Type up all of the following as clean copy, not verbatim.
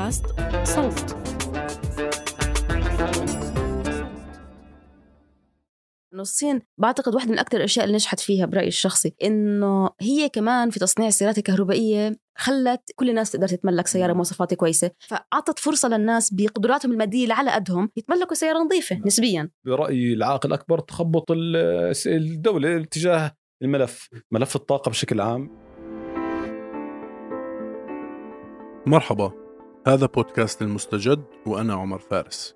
بودكاست صوت. إنه الصين بعتقد واحدة من أكثر الأشياء اللي نجحت فيها برأيي الشخصي إنه هي كمان في تصنيع السيارات الكهربائية خلت كل الناس تقدر تتملك سيارة مواصفات كويسة، فأعطت فرصة للناس بقدراتهم المادية على قدهم يتملكوا سيارة نظيفة نسبيا. برأيي العائق الأكبر تخبط الدولة تجاه ملف الطاقة بشكل عام. مرحبا، هذا بودكاست المستجد وأنا عمر فارس.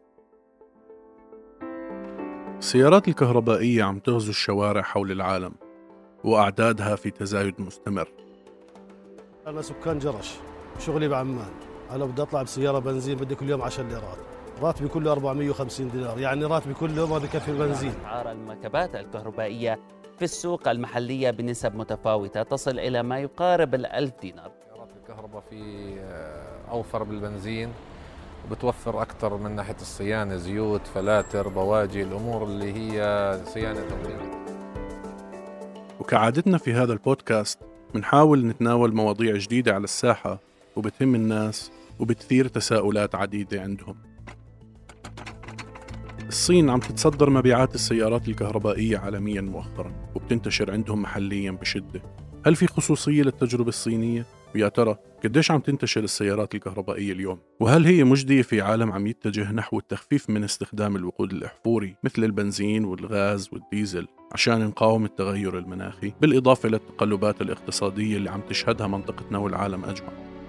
السيارات الكهربائية عم تغزو الشوارع حول العالم وأعدادها في تزايد مستمر. أنا سكان جرش، شغلي بعمان. أنا بدي أطلع بسيارة بنزين بدي كل يوم 10 ليرات، راتبي كله 450 دينار، يعني راتبي كله ما بكفي البنزين. أسعار المركبات الكهربائية في السوق المحلية بنسب متفاوتة تصل إلى ما يقارب 1000 دينار. سيارات الكهرباء في أوفر بالبنزين وبتوفر أكثر من ناحية الصيانة، زيوت، فلاتر، بواجي، الأمور اللي هي صيانة تقليدية. وكعادتنا في هذا البودكاست بنحاول نتناول مواضيع جديدة على الساحة وبتهم الناس وبتثير تساؤلات عديدة عندهم. الصين عم تتصدر مبيعات السيارات الكهربائية عالميا مؤخرا وبتنتشر عندهم محليا بشدة. هل في خصوصية للتجربة الصينية؟ ويا ترى قديش عم تنتشر السيارات الكهربائية اليوم؟ وهل هي مجدية في عالم عم يتجه نحو التخفيف من استخدام الوقود الأحفوري مثل البنزين والغاز والديزل عشان نقاوم التغير المناخي، بالإضافة للتقلبات الاقتصادية اللي عم تشهدها منطقتنا والعالم أجمع؟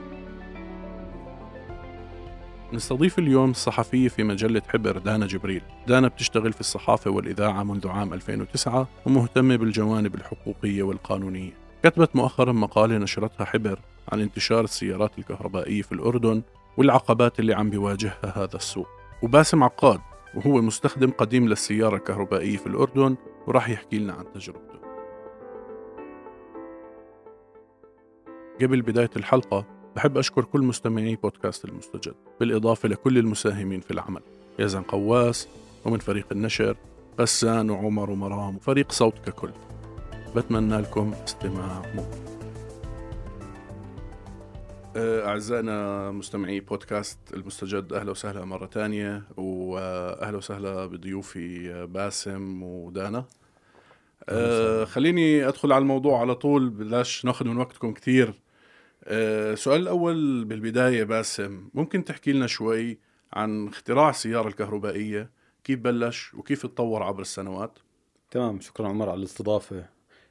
نستضيف اليوم الصحفية في مجلة حبر دانا جبريل. دانا بتشتغل في الصحافة والإذاعة منذ عام 2009 ومهتمة بالجوانب الحقوقية والقانونية. كتبت مؤخرا مقالة نشرتها حبر عن انتشار السيارات الكهربائية في الأردن والعقبات اللي عم بيواجهها هذا السوق. وباسم عقاد وهو مستخدم قديم للسيارة الكهربائية في الأردن وراح يحكي لنا عن تجربته. قبل بداية الحلقة بحب أشكر كل مستمعي بودكاست المستجد، بالإضافة لكل المساهمين في العمل، يزن قواس ومن فريق النشر غسان وعمر ومرام وفريق صوت ككل. بتمنى لكم استماع ممتع. أعزائنا مستمعي بودكاست المستجد، أهلا وسهلا مرة تانية، وأهلا وسهلا بضيوفي باسم ودانا. خليني أدخل على الموضوع على طول، بلاش ناخذ من وقتكم كتير. سؤال الأول بالبداية باسم، ممكن تحكي لنا شوي عن اختراع السيارة الكهربائية، كيف بلش وكيف تطور عبر السنوات؟ تمام، شكرا عمر على الاستضافة.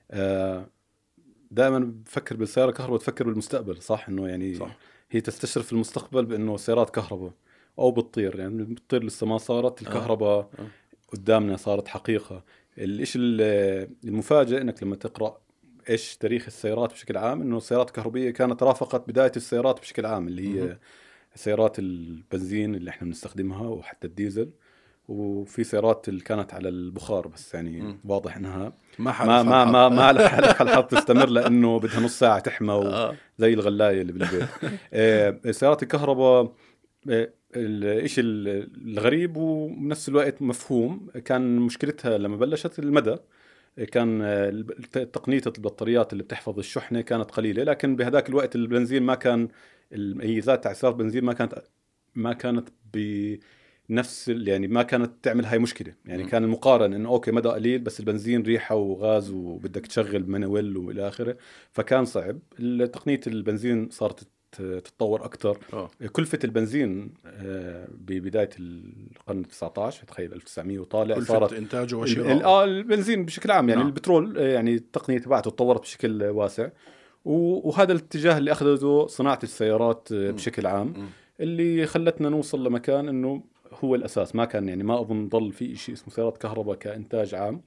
دائما بفكر بالسيارة كهرباء تفكر بالمستقبل، صح؟ إنه يعني صح. هي تستشرف في المستقبل بأنه سيارات كهرباء أو بتطير، يعني بتطير لسه ما صارت الكهرباء قدامنا، صارت حقيقة. الإشي المفاجئ إنك لما تقرأ إيش تاريخ السيارات بشكل عام، إنه السيارات الكهربائية كانت رافقت بداية السيارات بشكل عام، اللي هي سيارات البنزين اللي إحنا بنستخدمها وحتى الديزل، وفي سيارات اللي كانت على البخار بس، يعني واضح إنها ما لها الحظ تستمر لأنه بدها نص ساعة تحمى زي الغلاية اللي بالبيت. سيارات الكهرباء الإشي الغريب وبنفس الوقت مفهوم، كان مشكلتها لما بلشت المدى، كان تقنية البطاريات اللي بتحفظ الشحنة كانت قليلة، لكن بهذاك الوقت البنزين ما كان، الميزات تاع سيارة البنزين ما كانت بنفس، يعني ما كانت تعمل هاي مشكلة. يعني كان المقارن إنه أوكي مدى قليل بس البنزين ريحة وغاز وبدك تشغل منويل وإلى آخره، فكان صعب. تقنية البنزين صارت تتطور أكتر. كلفة البنزين ببداية القرن 19، تخيل 1900 وطالع، صارت إنتاجه وشراءه البنزين بشكل عام، يعني البترول، يعني التقنية تبعته تطورت بشكل واسع، وهذا الاتجاه اللي أخذته صناعة السيارات بشكل عام، اللي خلتنا نوصل لمكان إنه هو الأساس. ما كان، يعني ما أظن ضل في شيء اسمه سيارات كهرباء كإنتاج عام.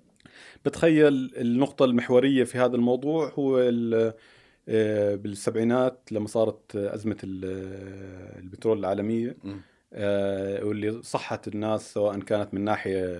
بتخيل النقطة المحورية في هذا الموضوع هو بالسبعينات لما صارت أزمة البترول العالمية، واللي صحت الناس سواء كانت من ناحية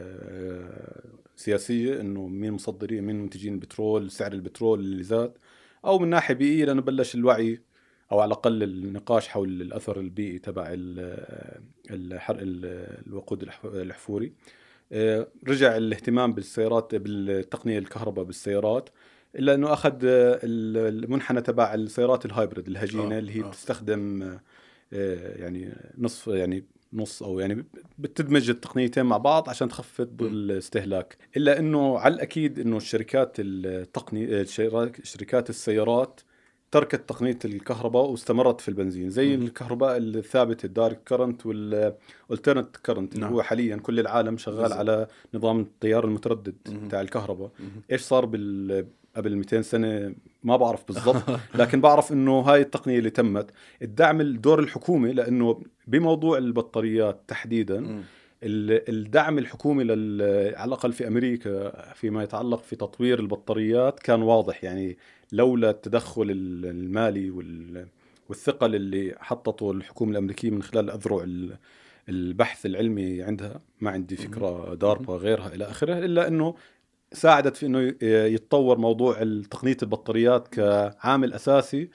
سياسية إنه مين مصدرين مين منتجين البترول، سعر البترول اللي زاد، أو من ناحية بيئية لأنه بلش الوعي أو على الأقل النقاش حول الأثر البيئي تبع الحرق الوقود الأحفوري. رجع الاهتمام بالسيارات، بالتقنية الكهرباء بالسيارات، إلا أنه أخذ المنحنى تبع السيارات الهايبريد الهجينة اللي هي بتستخدم يعني نص او يعني بتدمج التقنيتين مع بعض عشان تخفض الاستهلاك. الا انه على الاكيد انه الشركات التقنيه شركات السيارات تركت تقنيه الكهرباء واستمرت في البنزين، زي الكهرباء الثابت الدايركت كرنت والالترنت كرنت اللي هو حاليا كل العالم شغال على نظام التيار المتردد بتاع الكهرباء. ايش صار قبل 200 سنة ما بعرف بالضبط، لكن بعرف إنه هاي التقنية اللي تمت الدعم الدور الحكومي، لأنه بموضوع البطاريات تحديدا الدعم الحكومي على الأقل في أمريكا فيما يتعلق في تطوير البطاريات كان واضح. يعني لولا التدخل المالي والثقل اللي حطته الحكومة الأمريكية من خلال أذرع البحث العلمي عندها، ما عندي فكرة داربا غيرها إلى آخره، إلا أنه ساعدت في انه يتطور موضوع تقنيه البطاريات كعامل اساسي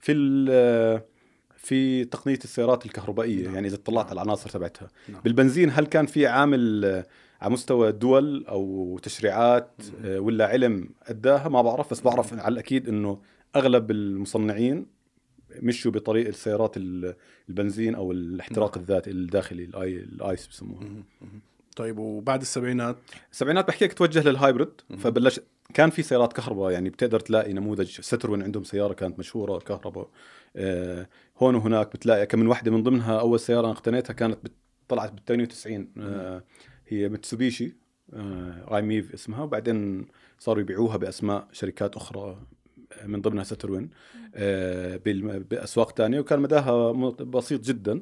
في تقنيه السيارات الكهربائيه. يعني اذا اطلعت على العناصر تبعتها. بالبنزين هل كان في عامل على مستوى دول او تشريعات ولا علم اداها؟ ما بعرف، بس بعرف على الاكيد انه اغلب المصنعين مشوا بطريق السيارات البنزين او الاحتراق الذاتي الداخلي الايس بسموها. طيب وبعد السبعينات بحكيك توجه للهايبرد، فبلش كان في سيارات كهرباء. يعني بتقدر تلاقي نموذج ستروين عندهم سيارة كانت مشهورة كهرباء هون وهناك بتلاقي كم من واحدة من ضمنها أول سيارة أنا اقتنيتها كانت طلعت بال92 هي متسوبيشي اي ميف اسمها، وبعدين صاروا يبيعوها بأسماء شركات أخرى من ضمنها ستروين بأسواق تانية، وكان مداها بسيط جدا.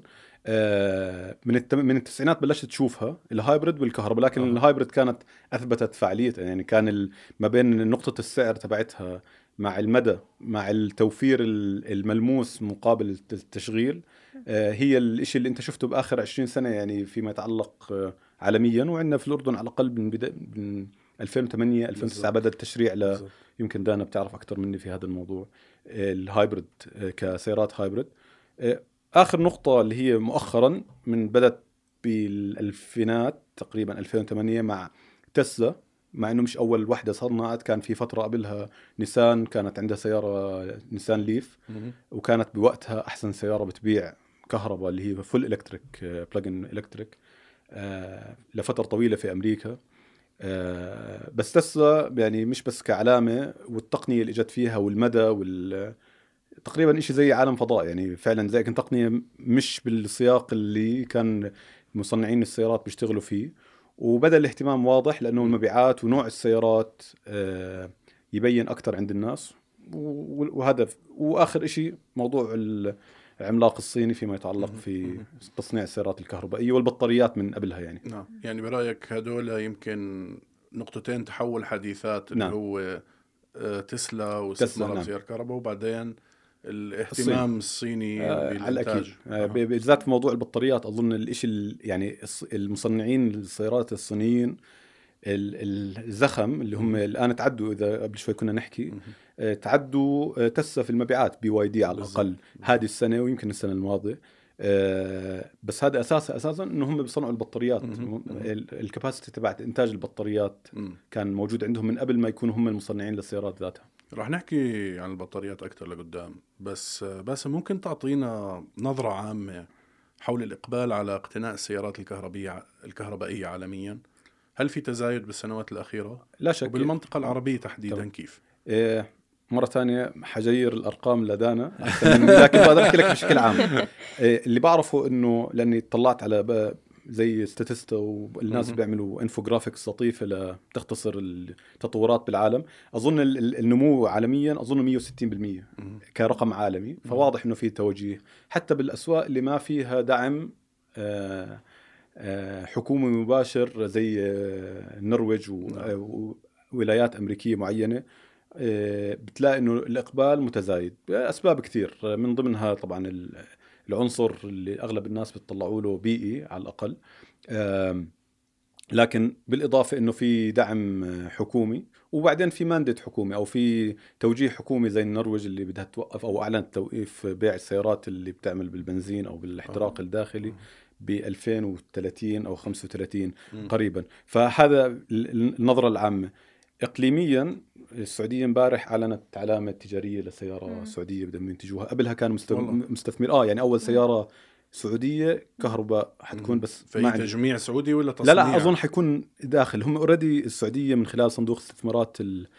من التسعينات بلشت تشوفها الهايبرد والكهرباء، لكن الهايبرد كانت أثبتت فعاليتها. يعني كان ما بين نقطة السعر تبعتها مع المدى مع التوفير الملموس مقابل التشغيل هي الاشي اللي انت شفته بآخر 20 سنة يعني فيما يتعلق عالميا. وعندنا في الأردن على الأقل من 2008 2009 بدأ التشريع يمكن دانا بتعرف أكتر مني في هذا الموضوع الهايبرد كسيارات هايبرد. آخر نقطة اللي هي مؤخرا من بدأت بالألفينات تقريبا 2008 مع تسلا، مع إنه مش أول واحدة صنعت، كان في فترة قبلها نيسان كانت عندها سيارة نيسان ليف وكانت بوقتها أحسن سيارة بتبيع كهرباء اللي هي فول إلكتريك بلاجن إلكتريك لفترة طويلة في أمريكا. بس تسلا يعني مش بس كعلامة والتقنية اللي جت فيها والمدى تقريبا إشي زي عالم فضاء. يعني فعلا زي كان تقنية مش بالسياق اللي كان مصنعين السيارات بيشتغلوا فيه، وبدأ الاهتمام واضح لأنه المبيعات ونوع السيارات يبين أكتر عند الناس وهدف. وآخر إشي موضوع العملاق الصيني فيما يتعلق في تصنيع السيارات الكهربائية والبطاريات من قبلها. يعني نعم. يعني برأيك هدول يمكن نقطتين تحول حديثات اللي هو تسلا واستثمار سيارة كهرباء، وبعدين الاهتمام الصيني بالإنتاج. بالذات في موضوع البطاريات أظن الإشي يعني المصنعين السيارات الصينيين الزخم اللي هم الآن تعدوا، إذا قبل شوي كنا نحكي تعدوا تسلا في المبيعات BYD على الأقل هذه السنة ويمكن السنة الماضية. بس هذا أساسا إنه هم بيصنعوا البطاريات. الكباسيتي تبعت إنتاج البطاريات كان موجود عندهم من قبل ما يكونوا هم المصنعين للسيارات ذاتها. راح نحكي عن البطاريات أكثر لقدام، بس ممكن تعطينا نظرة عامة حول الإقبال على اقتناء السيارات الكهربائية عالميا؟ هل في تزايد بالسنوات الأخيرة؟ لا شك. وبالمنطقة العربية تحديدا كيف؟ مرة ثانية حجير الأرقام لدانا لكن بقدر أحكي لك بشكل عام. اللي بعرفه إنه لأني طلعت على زي ستاتستا والناس بيعملوا انفوغرافيكس لطيفة لتختصر التطورات بالعالم. أظن النمو عالميا أظن 160% كرقم عالمي، فواضح إنه في توجيه حتى بالأسواق اللي ما فيها دعم حكومي مباشر زي النرويج وولايات أمريكية معينة. بتلاقي إنه الإقبال متزايد أسباب كثير، من ضمنها طبعا العنصر اللي أغلب الناس بتطلعوا له بيئي على الأقل، لكن بالإضافة إنه في دعم حكومي وبعدين في مانديت حكومي أو في توجيه حكومي زي النرويج اللي بدها توقف أو أعلنت توقيف بيع السيارات اللي بتعمل بالبنزين أو بالاحتراق الداخلي ب 2030 أو 35 قريبا. فهذا النظرة العامة. إقليميا السعودية امبارح أعلنت علامة تجارية لسيارة سعودية بدهم ينتجوها. قبلها كانوا مستثمر يعني أول سيارة سعوديه كهرباء حتكون بس في تجميع سعودي ولا تصنيع؟ لا اظن حيكون داخل. هم اوريدي السعوديه من خلال صندوق استثمارات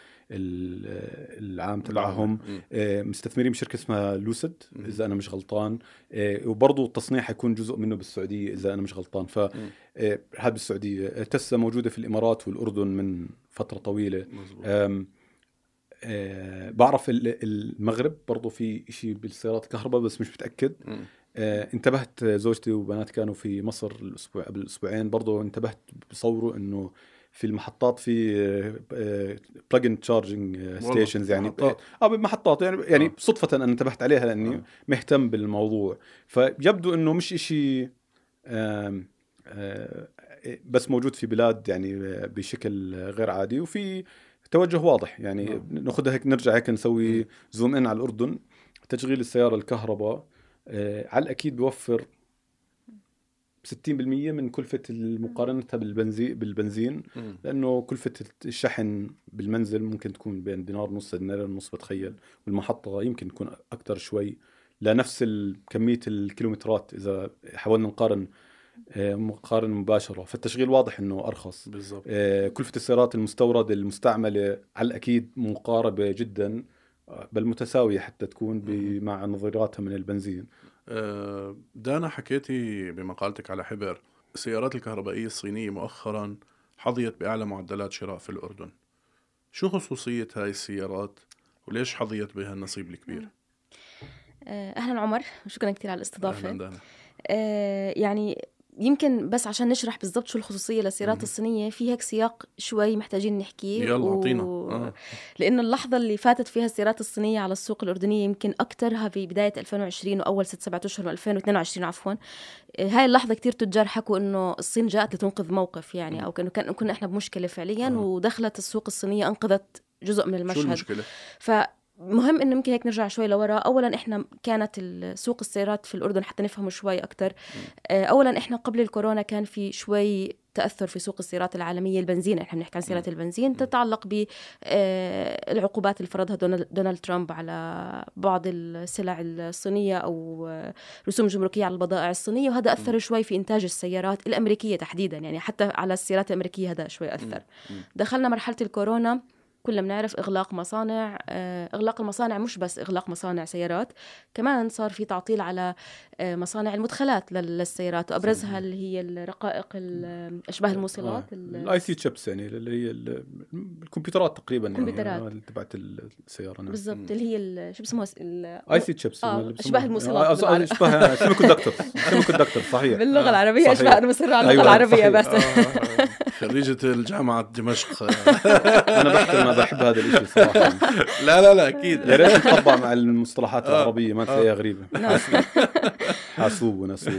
العام تبعهم مستثمرين بشركه اسمها لوسيد اذا انا مش غلطان، وبرضه التصنيع حيكون جزء منه بالسعوديه اذا انا مش غلطان. فهذا بالسعوديه. تسلا موجوده في الامارات والاردن من فتره طويله. بعرف المغرب برضو في شيء بالسيارات الكهرباء بس مش متأكد. انتبهت زوجتي وبنات كانوا في مصر قبل أسبوعين برضو انتبهت بصوروا انه في المحطات في بلاجن تشارجنج ستيشنز يعني محطات يعني صدفة أنا انتبهت عليها لأني مهتم بالموضوع. فيبدو انه مش شيء بس موجود في بلاد يعني بشكل غير عادي، وفي توجه واضح يعني. ناخذها هيك نرجع هيك نسوي زوم ان على الأردن. تشغيل السيارة الكهرباء على الأكيد بيوفر 60% من كلفة مقارنتها بالبنزين لأنه كلفة الشحن بالمنزل ممكن تكون بين دينار ونص دينار ونص بتخيل، والمحطة يمكن تكون أكتر شوي لنفس كمية الكيلومترات إذا حاولنا نقارن مقارنة مباشرة. فالتشغيل واضح انه ارخص بالضبط. كلفة السيارات المستوردة المستعملة على الاكيد مقاربة جدا بل متساوية حتى تكون مع نظيراتها من البنزين. دانا حكيتي بمقالتك على حبر السيارات الكهربائية الصينية مؤخرا حظيت بأعلى معدلات شراء في الأردن. شو خصوصية هاي السيارات وليش حظيت بها النصيب الكبير؟ أهلا عمر، شكرا كتير على الاستضافة. أهلا دانا. يعني يمكن بس عشان نشرح بالضبط شو الخصوصية للسيارات الصينية في هيك سياق شوي محتاجين نحكيه. يلا عطينا. لأنه اللحظة اللي فاتت فيها السيارات الصينية على السوق الأردنية يمكن أكترها في بداية 2020 وأول 6-7 أشهر 2022 عفوا. هاي اللحظة كتير تجار حكوا إنه الصين جاءت لتنقذ موقف يعني، أو كنا إحنا بمشكلة فعليا ودخلت السوق الصينية أنقذت جزء من المشهد. شو المشكلة؟ مهم إنه ممكن هيك نرجع شوي لورا. أولاً إحنا كانت السوق السيارات في الأردن حتى نفهمه شوي أكتر. أولاً إحنا قبل الكورونا كان في شوي تأثر في سوق السيارات العالمية. البنزين، إحنا بنحكي عن سيارات البنزين، تتعلق بالعقوبات اللي فرضها دونالد ترامب على بعض السلع الصينية أو رسوم جمركية على البضائع الصينية، وهذا أثر شوي في إنتاج السيارات الأمريكية تحديداً، يعني حتى على السيارات الأمريكية هذا شوي أثر. دخلنا مرحلة الكورونا، كلنا بنعرف إغلاق مصانع. إغلاق المصانع مش بس إغلاق مصانع سيارات، كمان صار في تعطيل على مصانع المدخلات للسيارات، وأبرزها اللي هي الرقائق أشباه الموصلات الاي سي تشيبس يعني اللي هي الكمبيوترات تقريبا يعني تبعت السيارة. بالضبط، اللي هي شو بسموها اي سي تشيبس أشباه الموصلات، أشباه سيميكوندكتور صحيح باللغة العربية أشباه المصر على اللغة العربية بس. خريجة الجامعة دمشق. أنا بحب هذا الشيء صراحة. لا أكيد يا ريت نطبع مع المصطلحات العربية ما تلاقيها غريبة. حاسوب ونسوق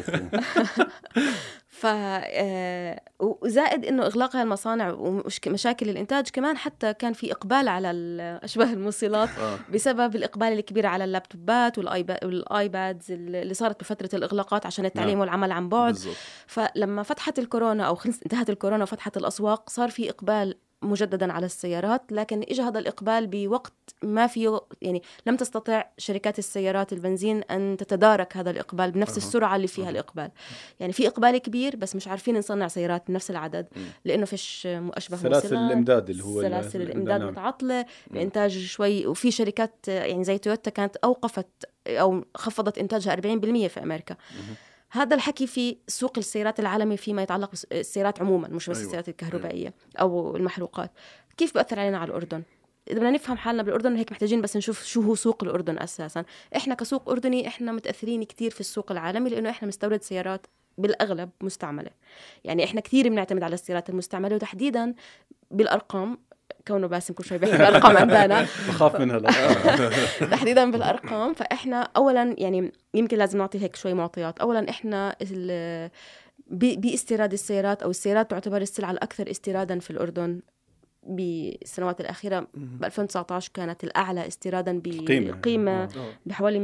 وزائد إنه إغلاق هالمصانع ومشاكل الإنتاج، كمان حتى كان في إقبال على أشباه الموصلات بسبب الإقبال الكبير على اللابتوبات والآيبادز اللي صارت بفترة الإغلاقات عشان التعليم والعمل عن بعد. بالزبط. فلما فتحت الكورونا أو انتهت الكورونا وفتحت الأسواق، صار في إقبال مجددا على السيارات، لكن إجا هذا الإقبال بوقت ما فيه، يعني لم تستطع شركات السيارات البنزين أن تتدارك هذا الإقبال بنفس السرعة اللي فيها الإقبال. يعني في إقبال كبير بس مش عارفين نصنع سيارات بنفس العدد، لأنه فيش أشبه سلاسل الإمداد اللي هو سلاسل الإمداد متعطلة بإنتاج شوي. وفي شركات يعني زي تويوتا كانت أوقفت أو خفضت إنتاجها 40% في أمريكا. هذا الحكي في سوق السيارات العالمي فيما يتعلق بالسيارات عموما، مش بس السيارات الكهربائية أو المحروقات. كيف بأثر علينا على الأردن؟ إذا بدنا نفهم حالنا بالأردن هيك محتاجين بس نشوف شو هو سوق الأردن أساسا. إحنا كسوق أردني إحنا متأثرين كتير في السوق العالمي، لأنه إحنا مستورد سيارات بالأغلب مستعملة. يعني إحنا كتير بنعتمد على السيارات المستعملة، وتحديدا بالأرقام، كونه باسم كل شوي بيحكي الأرقام عندنا بخاف منها تحديدا بالأرقام. فإحنا أولا يعني يمكن لازم نعطي هيك شوي معطيات. أولا إحنا باستيراد السيارات، أو السيارات تعتبر السلعة الأكثر استيرادا في الأردن بالسنوات الأخيرة. ب 2019 كانت الأعلى استيرادا بقيمة بحوالي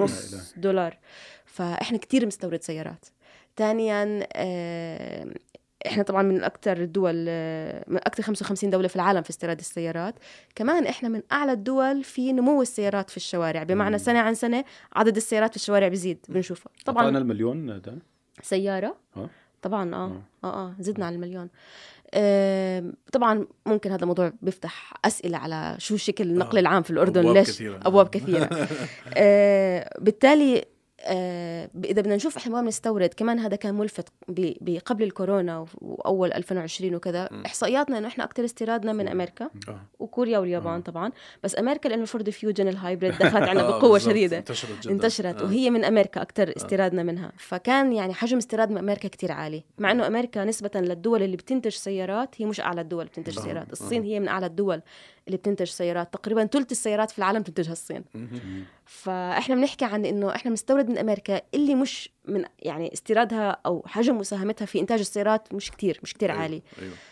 $1.5 مليار. فإحنا كتير مستورد سيارات. ثانيا احنا طبعا من اكثر الدول، من اكثر 55 دوله في العالم في استيراد السيارات. كمان احنا من اعلى الدول في نمو السيارات في الشوارع، بمعنى سنه عن سنه عدد السيارات في الشوارع بيزيد بنشوفها. طبعا المليون ده سياره طبعا زدنا على المليون. طبعا ممكن هذا الموضوع بيفتح أسئلة على شو شكل النقل العام في الأردن. أبواب ليش كثيرة. أبواب كثيرة. بالتالي إذا بدنا نشوف إحنا ما بنستورد، كمان هذا كان ملفت قبل الكورونا وأول 2020 وكذا. إحصائياتنا إنه إحنا أكتر استيرادنا من أمريكا وكوريا واليابان طبعا، بس أمريكا لأنه الفورد فيوجن الهايبريد دخلت عنا بقوة شديدة، انتشرت وهي من أمريكا أكتر استيرادنا منها. فكان يعني حجم استيراد من أمريكا كتير عالي، مع إنه أمريكا نسبة للدول اللي بتنتج سيارات هي مش أعلى الدول بتنتج سيارات. الصين هي من أعلى الدول اللي بتنتج سيارات، تقريبا ثلث السيارات في العالم تنتجها الصين. فإحنا بنحكي عن إنه إحنا بنستورد من أمريكا اللي مش من يعني استيرادها أو حجم مساهمتها في إنتاج السيارات مش كتير عالي.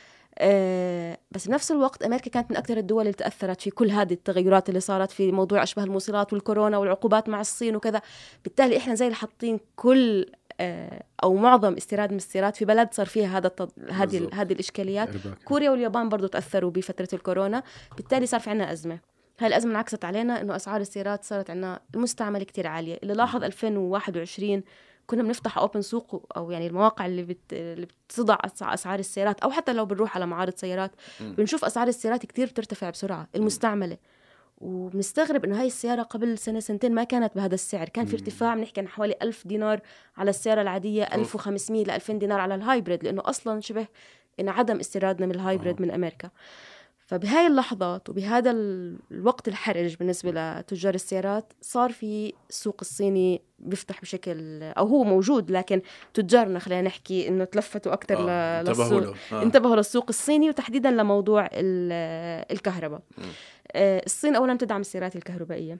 بس بنفس الوقت أمريكا كانت من أكثر الدول اللي تأثرت في كل هذه التغيرات اللي صارت في موضوع أشبه الموصلات والكورونا والعقوبات مع الصين وكذا. بالتالي إحنا زي اللي حاطين كل أو معظم استيراد من السيارات في بلد صار فيها هذه الإشكاليات. كوريا واليابان برضو تأثروا بفترة الكورونا، بالتالي صار في عنا أزمة. هاي الأزمة انعكست علينا إنه أسعار السيارات صارت عنا المستعملة كتير عالية. اللي لاحظ 2021 كنا بنفتح أوبن سوق أو يعني المواقع اللي بتضع أسعار السيارات، أو حتى لو بنروح على معارض سيارات بنشوف أسعار السيارات كتير بترتفع بسرعة المستعملة. وبنستغرب إنه هاي السيارة قبل سنتين ما كانت بهذا السعر، كان في ارتفاع بنحكي عن حوالي 1000 دينار على السيارة العادية، 1500 ل 2000 دينار على الهايبريد، لأنه أصلاً شبه إن عدم استيرادنا من الهايبريد من أمريكا. فبهاي اللحظات وبهذا الوقت الحرج بالنسبة لتجار السيارات صار في السوق الصيني بيفتح بشكل، أو هو موجود لكن تجارنا خلينا نحكي إنه تلفتوا أكتر للسوق، انتبهوا للسوق الصيني وتحديدا لموضوع الكهرباء. الصين أولا تدعم السيارات الكهربائية،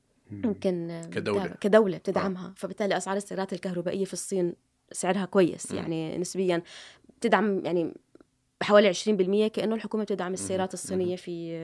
ممكن كدولة بتدعمها. فبالتالي أسعار السيارات الكهربائية في الصين سعرها كويس يعني نسبيا، بتدعم يعني بحوالي 20%، كأنه الحكومة بتدعم السيارات الصينية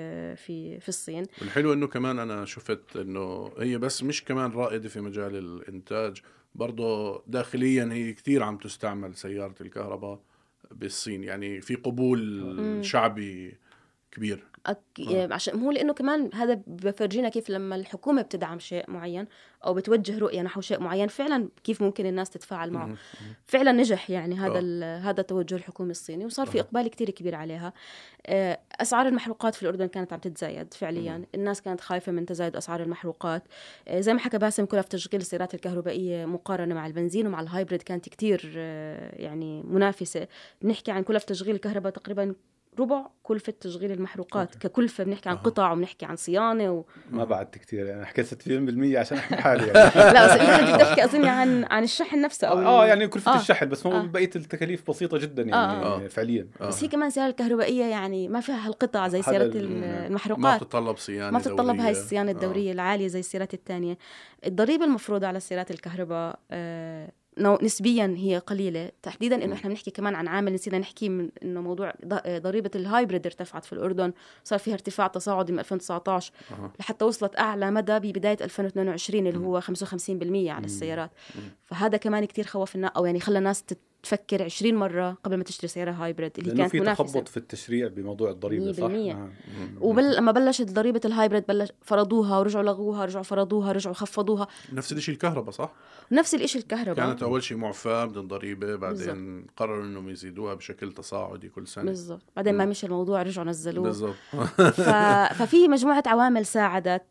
في الصين. والحلو إنه كمان أنا شفت إنه هي بس مش كمان رائدة في مجال الإنتاج، برضو داخليا هي كتير عم تستعمل سيارة الكهرباء بالصين، يعني في قبول شعبي كبير. عشان هو لأنه كمان هذا بفرجينا كيف لما الحكومة بتدعم شيء معين أو بتوجه رؤية نحو شيء معين فعلا كيف ممكن الناس تتفاعل معه. فعلا نجح يعني هذا توجه الحكومة الصيني، وصار في إقبال كتير كبير عليها. أسعار المحروقات في الأردن كانت عم تتزايد فعليا، الناس كانت خايفة من تزايد أسعار المحروقات. زي ما حكى باسم كلها في تشغيل السيارات الكهربائية مقارنة مع البنزين ومع الهايبريد كانت كتير يعني منافسة. بنحكي عن كلها في تشغيل الكهرباء تقريبا ربع كلفة تشغيل المحروقات ككلفة، بنحكي عن قطع وبنحكي عن صيانة ما بعد كتير يعني حكيت 60% عشان أحمي حالي يعني. لا بس أنت بدك تحكي أظن عن الشحن نفسه أو يعني كلفة الشحن بس، بقية التكاليف بسيطة جدا يعني فعليا. بس هي كمان سيارة الكهربائية يعني ما فيها هالقطع زي سيارة المحروقات، ما بتطلب صيانة، ما بتطلب هاي الصيانة الدورية العالية زي السيارات التانية. الضريبة المفروضة على السيارات الكهرباء نسبيا هي قليلة، تحديدا إنه إحنا بنحكي كمان عن عامل نسينا نحكي من إنه موضوع ضريبة الهايبريد ارتفعت في الأردن، صار فيها ارتفاع تصاعدي من 2019 لحتى وصلت أعلى مدى ببداية 2022 اللي هو 55% على السيارات. فهذا كمان كتير خوف الناس، أو يعني خلى الناس تفكر 20 مرة قبل ما تشتري سيارة هايبريد اللي كانت منافسة. في تخبط في التشريع بموضوع الضريبة صح؟ لما بلشت ضريبة الهايبريد فرضوها ورجعوا لغوها، رجعوا فرضوها، رجعوا خفضوها. نفس الشيء الكهرباء صح؟ نفس الشيء الكهرباء كانت أول شيء معفاة من الضريبة، بعدين قرروا إنهم يزيدوها بشكل تصاعدي كل سنة. بالضبط. بعدين ما مشي الموضوع رجعوا نزلوه. بالضبط. ففي مجموعة عوامل ساعدت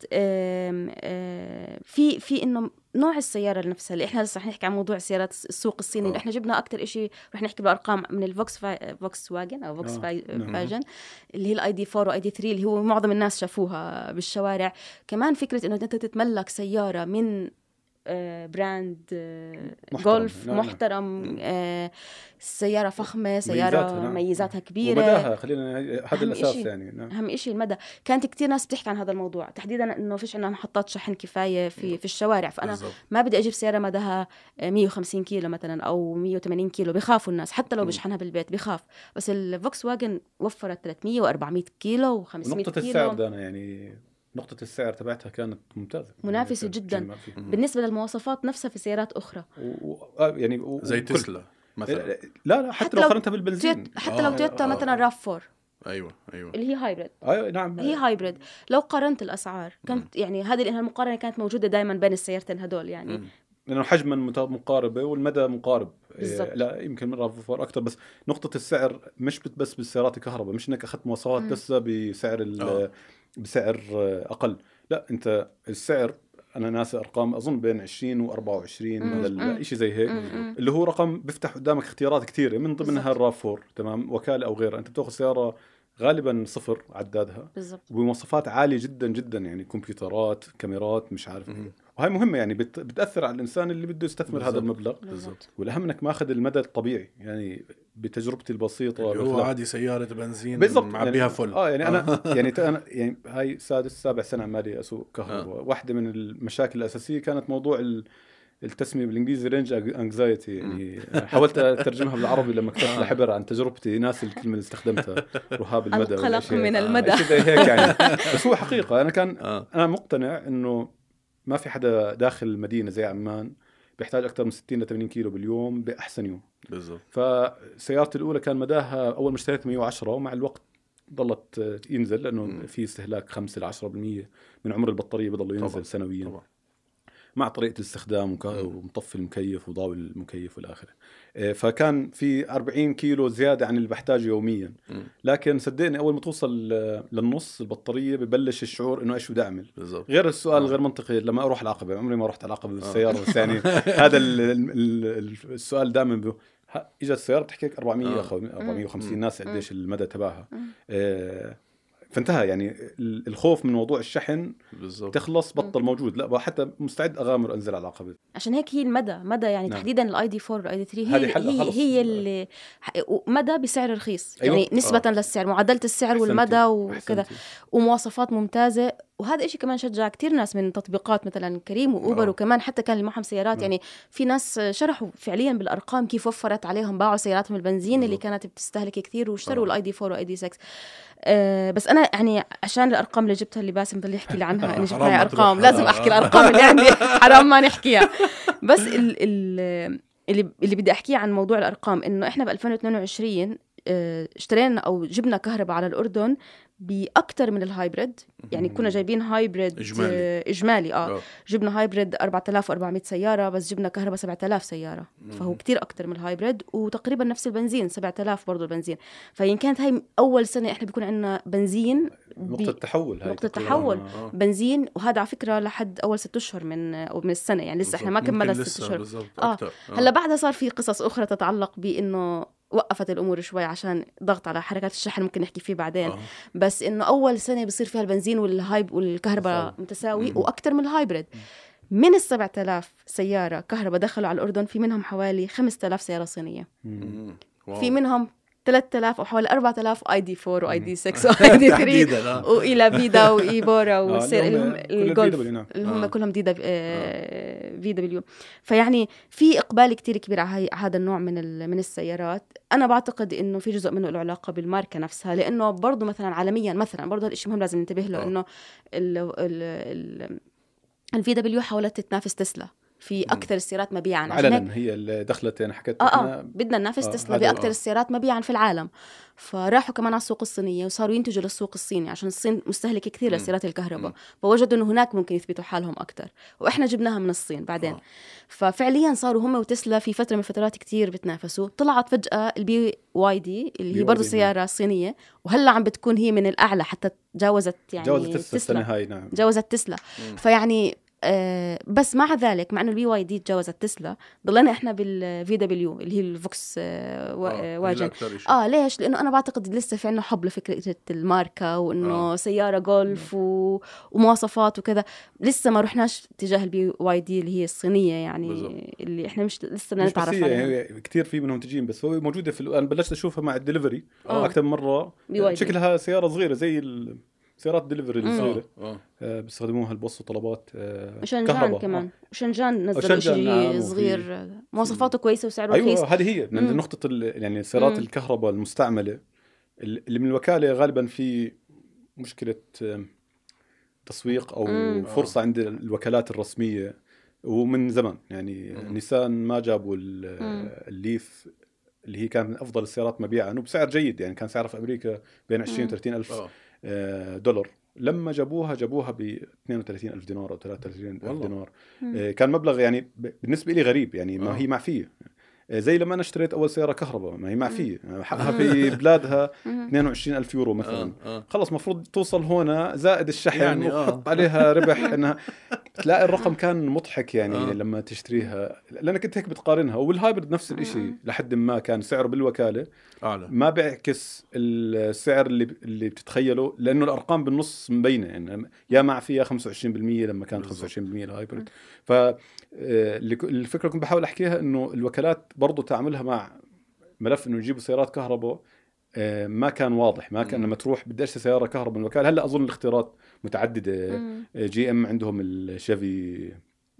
في إنه نوع السيارة نفسها اللي إحنا لسه نحكي عن موضوع سيارات السوق الصيني اللي إحنا جبنا أكتر إشي رح نحكي بالأرقام من الفوكس واجن أو فوكس فاجن اللي هي الآي دي 4 وآي دي 3 اللي هو معظم الناس شافوها بالشوارع. كمان فكرة إنه أنت تتملك سيارة من براند جولف محترم، سيارة فخمة، سيارة ميزاتها كبيرة ومداها، خلينا هذا الأساس يعني أهم إشي المدى. كانت كتير ناس بتحكي عن هذا الموضوع تحديدا إنه فيش عنا محطات شحن كفاية في الشوارع. فأنا بالزبط. ما بدي أجيب سيارة مداها 150 كيلو مثلا أو 180 كيلو، بيخافوا الناس حتى لو بشحنها بالبيت بيخاف. بس الفوكس واجن وفرت 300 و400 كيلو و500 كيلو. نقطة السعر ده يعني نقطة السعر تبعتها كانت ممتازة، منافسة جدا بالنسبة للمواصفات نفسها في سيارات أخرى زي تسلا مثلا. لا حتى لو قارنتها بالبنزين، حتى لو تويوتا مثلا راف 4 ايوه اللي هي هايبريد. نعم هي هايبريد. لو قارنت الاسعار كانت يعني هذه المقارنه كانت موجوده دائما بين السيارتين هدول يعني لانه حجما مقاربه والمدى مقارب. بالزبط. لا يمكن من راف 4 اكثر، بس نقطه السعر مش بس بالسيارات الكهرباء، مش انك اخذت مواصفات تسلا بسعر اقل. لا انت السعر انا ناسي ارقام، اظن بين 20 و24 ولا شيء زي هيك، اللي هو رقم بيفتح قدامك اختيارات كثيره من ضمنها الراف 4 تمام، وكاله او غيرها. انت بتاخذ سياره غالبا صفر عدادها بالضبط، وبمواصفات عاليه جدا جدا، يعني كمبيوترات، كاميرات، مش عارف وهي مهمه يعني بتاثر على الانسان اللي بده يستثمر هذا المبلغ. والاهم انك ماخذ المدى الطبيعي. يعني بتجربتي البسيطه اللي هو عادي سياره بنزين معبيها يعني فل يعني انا يعني يعني هاي سابع سنه عمالي اسوق كهرباء. واحده من المشاكل الاساسيه كانت موضوع التسميه بالانجليزي رينج انكزايتي، يعني حاولت اترجمها بالعربي لما كتبت لحبر عن تجربتي، ناس الكلمه اللي استخدمتها رهاب المدى، القلق من المدى، شيء زي هيك يعني. بس هو حقيقه انا مقتنع انه ما في حدا داخل المدينه زي عمان بيحتاج اكثر من 60 ل 80 كيلو باليوم باحسن يوم. بالضبط. فسيارتي الاولى كان مداها اول ما اشتريتها 110، ومع الوقت ضلت ينزل لانه في استهلاك 5 ل 10% من عمر البطاريه بضل ينزل طبعا. سنويا طبعا. مع طريقه الاستخدام ومطفي المكيف وضاوي المكيف والاخره. فكان في 40 كيلو زياده عن اللي بحتاجه يوميا. لكن صدقني اول ما توصل للنص البطاريه ببلش الشعور انه ايش بدي اعمل. بالزبط. غير السؤال غير منطقي لما اروح العقبه، عمري ما رحت العقبه بالسياره، بس يعني هذا السؤال دائما اجت السياره بتحكي لك 450 ناس قديش المدى تبعها. فانتهى يعني الخوف من موضوع الشحن بالزبط. تخلص بطل موجود، لا حتى مستعد اغامر انزل على العقبه. عشان هيك هي المدى يعني نعم. تحديدا الاي دي 4 والاي دي 3 هي اللي مدى بسعر رخيص. أيوة. يعني نسبه للسعر، معادله السعر والمدى وكذا، ومواصفات ممتازه. وهذا إشي كمان شجع كتير ناس من تطبيقات مثلا كريم وأوبر، وكمان حتى كان اللي معهم سيارات يعني في ناس شرحوا فعليا بالأرقام كيف وفرت عليهم، باعوا سياراتهم البنزين اللي كانت بتستهلك كتير واشتروا الاي دي 4 والاي دي 6. بس أنا يعني عشان الأرقام اللي جبتها اللي باسم ضل يحكي لي عنها أنا جبتها أرقام لازم أحكي الأرقام اللي عندي، حرام ما نحكيها. بس اللي بدي أحكيه عن موضوع الأرقام إنه إحنا ب 2022 اشترينا أو جبنا كهرباء على الأردن بأكتر من الهايبريد. يعني كنا جايبين هايبريد إجمالي جبنا هايبريد 4400 سيارة، بس جبنا كهرباء 7000 سيارة. فهو كتير أكتر من الهايبريد، وتقريبا نفس البنزين 7000 برضو البنزين. فإن كانت هاي أول سنة إحنا بيكون عندنا بنزين نقطة تحول بنزين. وهذا على فكرة لحد أول 6 أشهر من السنة، يعني لسه إحنا ما كملنا 6 أشهر. هلا بعدها صار في قصص أخرى تتعلق بأنه وقفت الأمور شوي عشان ضغط على حركات الشحن، ممكن نحكي فيه بعدين. بس إنه أول سنة بيصير فيها البنزين والهايب والكهرباء متساوي وأكتر من الهايبريد. من 7000 سيارة كهرباء دخلوا على الأردن، في منهم حوالي 5000 سيارة صينية. في منهم 3000 أو حوالي 4000 اي دي 4 واي دي 6 واي دي 3 وإلى فيدا وإيبورا والسير الجولف اللي هم كلهم ديدا في دبليو. فيعني في إقبال كتير كبير على هذا النوع من السيارات. أنا بعتقد إنه في جزء منه له علاقة بالماركة نفسها، لأنه برضو مثلا عالميا مثلا برضو هالشيء مهم لازم ننتبه له، إنه الفي دبليو حاولت تتنافس تسلا في أكثر السيارات مبيعاً. علنا هي اللي دخلت أنا حكيت بدنا ننافس تسلا بأكثر السيارات مبيعاً في العالم. فراحوا كمان على السوق الصينية وصاروا ينتجوا للسوق الصيني، عشان الصين مستهلك كثير لسيارات الكهرباء. فوجدوا إنه هناك ممكن يثبتوا حالهم أكثر، وإحنا جبناها من الصين بعدين. ففعلياً صاروا هم وتسلا في فترة من الفترات كتير بتنافسوا. طلعت فجأة البي واي دي اللي هي برضو سيارة صينية، وهلا عم بتكون هي من الأعلى، حتى جاوزت تسلا هاي. نعم جاوزت تسلا. فيعني بس مع ذلك، مع انه البي واي دي تجاوزت تسلا، ضلنا احنا بالفي دبليو اللي هي الفوكس واجن. ليش؟ لانه انا بعتقد لسه في عنا حب لفكره الماركه، وانه سياره جولف ومواصفات وكذا. لسه ما رحناش تجاه البي واي دي اللي هي الصينيه، يعني بالزبط. اللي احنا مش لسه بدنا نتعرف عليها. كتير في منهم تجين، بس هو موجوده انا بلشت اشوفها مع الدليفري اكثر من مره. شكلها سياره صغيره زي سيارات دليفري الصغيرة بيستخدموها البوص وطلبات شنجان كمان. شنجان نزل شيء صغير مواصفاته كويسة وسعره رخيص. هذه هي من نقطة يعني سيارات الكهرباء المستعملة اللي من الوكالة غالبا في مشكلة تسويق أو فرصة عند الوكالات الرسمية. ومن زمان يعني نيسان ما جابوا الليف اللي هي كانت من افضل السيارات مبيعا وبسعر جيد، يعني كان سعرها في امريكا بين 20 و30 الف دولار. لما جابوها ب 32 الف دينار او 33 الف دينار. كان مبلغ يعني بالنسبه لي غريب، يعني ما هي معفيه. زي لما أنا اشتريت أول سيارة كهرباء، ما هي معفية، حقها في بلادها 22 ألف يورو مثلا. خلص مفروض توصل هنا زائد الشحن يعني وحط عليها ربح. إنها تلاقي الرقم كان مضحك يعني لما تشتريها، لأنك أنت هيك بتقارنها. والهايبرد نفس الإشي لحد ما كان سعره بالوكالة أعلى، ما بيعكس السعر اللي بتتخيله، لأنه الأرقام بالنص مبينة، يعني يا معفية 25% لما كانت 25% الهايبرد. الفكرة كنت بحاول أحكيها إنه الوكالات برضو تعاملها مع ملف إنه يجيبوا سيارات كهرباء ما كان واضح. ما كان لما تروح بدي أشتري سيارة كهرباء من الوكالة، هلا أظن الاختيارات متعددة. جي ام عندهم الشيفي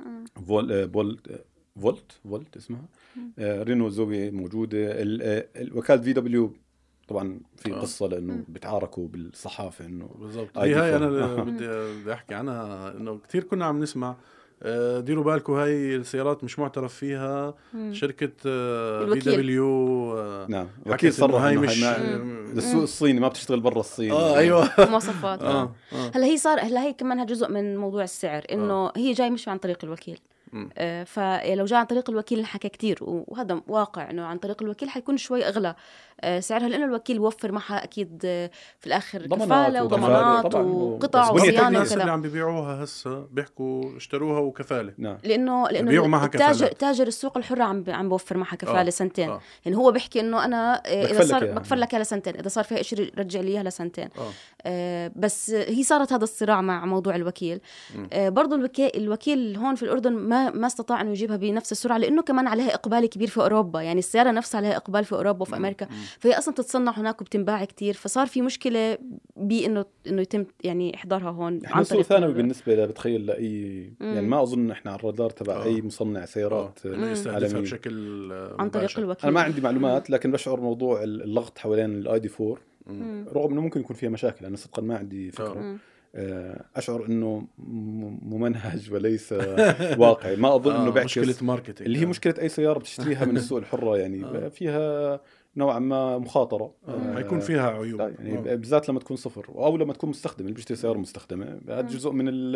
فولت اسمها، رينو زوي موجودة، الوكالة في دبليو طبعا في قصة لأنه بتعاركوا بالصحافة إنه بالضبط. هاي أنا بدي أحكي عنها، إنه كثير كنا عم نسمع ديروا بالكم هاي السيارات مش معترف فيها. شركة في دبليو نعم وكيل صرح هاي مش السوق الصيني، ما بتشتغل برا الصين. أيوة مواصفات. هلا هي كمان جزء من موضوع السعر، إنه هي جاي مش عن طريق الوكيل. فلو جاء عن طريق الوكيل نحكى كتير، وهذا واقع انه عن طريق الوكيل حيكون شوي اغلى سعرها، لانه الوكيل وفر معها اكيد في الاخر كفاله وضمانات وقطع وصيانه وكذا. اللي عم بيبيعوها هسه بيحكوا اشتروها وكفاله. لانه تاجر السوق الحره عم بوفر معها كفاله سنتين. يعني هو بيحكي انه انا اذا صار بكفر لك لسنتين، اذا صار فيها شيء رجع لي اياها لسنتين. بس هي صارت هذا الصراع مع موضوع الوكيل. برضو الوكيل هون في الاردن ما استطاع انه يجيبها بنفس السرعه، لانه كمان عليها اقبال كبير في اوروبا. يعني السياره نفسها عليها اقبال في اوروبا وفي امريكا، فهي اصلا تتصنع هناك وبتنباع كتير. فصار في مشكله بانه يتم يعني احضارها هون عن طريق ثانوي بالنسبه لا بتخيل لاي يعني ما اظن احنا على الرادار تبع اي مصنع سيارات عالمي بشكل عن طريق الوكيل. انا ما عندي معلومات، لكن بشعر موضوع اللغط حوالين الاي دي 4 رغم انه ممكن يكون فيها مشاكل، انا صدقا ما عندي فكره. أشعر إنه ممنهج وليس واقعي. ما أظن إنه بيعكس مشكلة ماركتينج اللي هي مشكلة أي سيارة بتشتريها من السوق الحرة. يعني فيها نوعا ما مخاطرة، هيكون فيها عيوب يعني بالذات لما تكون صفر أو لما تكون مستخدمة. اللي بيشتري سيارة مستخدمة هذا جزء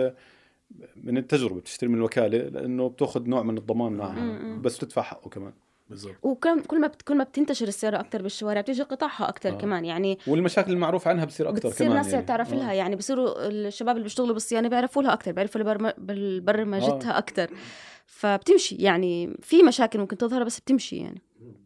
من التجربة، بتشتري من الوكالة لأنه بتأخذ نوع من الضمان معها، بس تدفع حقه كمان. وكل ما بتنتشر السيارة أكتر بالشوارع بتيجي قطعها أكتر كمان يعني، والمشاكل المعروف عنها بتصير أكتر كمان، الناس يعني تعرف لها. يعني بيصيروا الشباب اللي بيشتغلوا بالصيانة بيعرفوا لها أكتر، بيعرفوا بالبرمجتها أكتر، فبتمشي. يعني في مشاكل ممكن تظهر بس بتمشي يعني.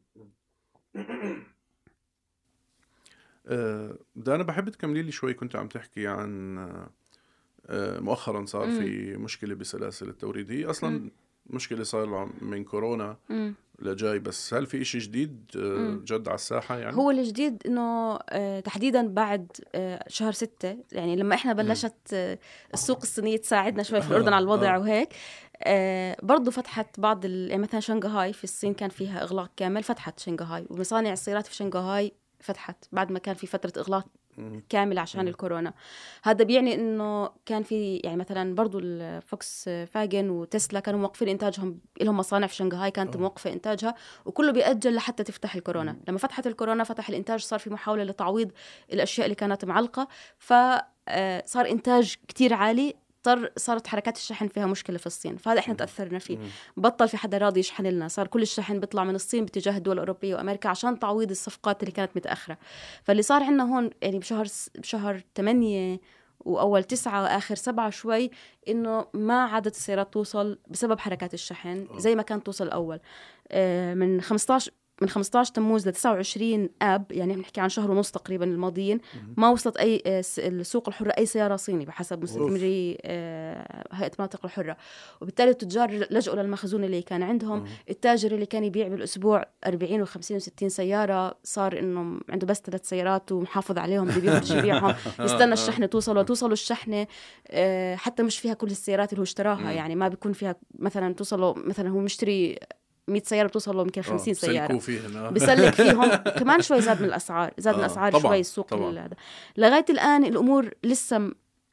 ده أنا بحب تكملي لي شوي. كنت عم تحكي عن مؤخرا صار في مشكلة بسلاسل التوريد. هي أصلا مشكلة صار من كورونا لجاي، بس هل في إشي جديد جد على الساحة؟ يعني هو الجديد إنه تحديدا بعد شهر 6 يعني لما إحنا بلشت السوق الصينية تساعدنا شوي في الأردن على الوضع وهيك، برضو فتحت بعض يعني مثلا شنغهاي في الصين كان فيها إغلاق كامل، فتحت شنغهاي، ومصانع السيارات في شنغهاي فتحت بعد ما كان في فترة إغلاق كامل عشان الكورونا. هذا بيعني إنه كان في يعني مثلا برضو الفوكس فاجن وتسلا كانوا موقفين إنتاجهم، لهم مصانع في شنغهاي كانت موقفة إنتاجها، وكله بيأجل لحتى تفتح الكورونا. لما فتحت الكورونا فتح الإنتاج، صار في محاولة لتعويض الأشياء اللي كانت معلقة، فصار إنتاج كتير عالي. صارت حركات الشحن فيها مشكلة في الصين، فهذا إحنا تأثرنا فيه. بطل في حدا راضي يشحن لنا، صار كل الشحن بيطلع من الصين باتجاه الدول الأوروبية وأمريكا عشان تعويض الصفقات اللي كانت متأخرة. فاللي صار عندنا هون يعني بشهر 8 وأول 9 وآخر 7 شوي، إنه ما عادت السيارات توصل بسبب حركات الشحن زي ما كانت توصل أول. من 15 تموز ل 29 آب، يعني بنحكي عن شهر ونص تقريبا الماضيين، ما وصلت أي السوق الحرة أي سيارة صيني بحسب مستثمري هيئة المناطق الحرة. وبالتالي التجار لجأوا للمخزون اللي كان عندهم. التاجر اللي كان يبيع بالأسبوع 40 و50 و60 سيارة صار إنه عنده بس 3 سيارات ومحافظ عليهم، بدي يبيعهم، يستنى الشحنة توصلوا الشحنة حتى مش فيها كل السيارات اللي هو اشتراها. يعني ما بيكون فيها مثلا توصلوا، مثلا هو مشتري 100 سيارة بتوصل له يمكن 50 سيارة بيسلك فيهم. كمان شوي زاد من الأسعار، شوي السوق هذا. لغاية الآن الأمور لسه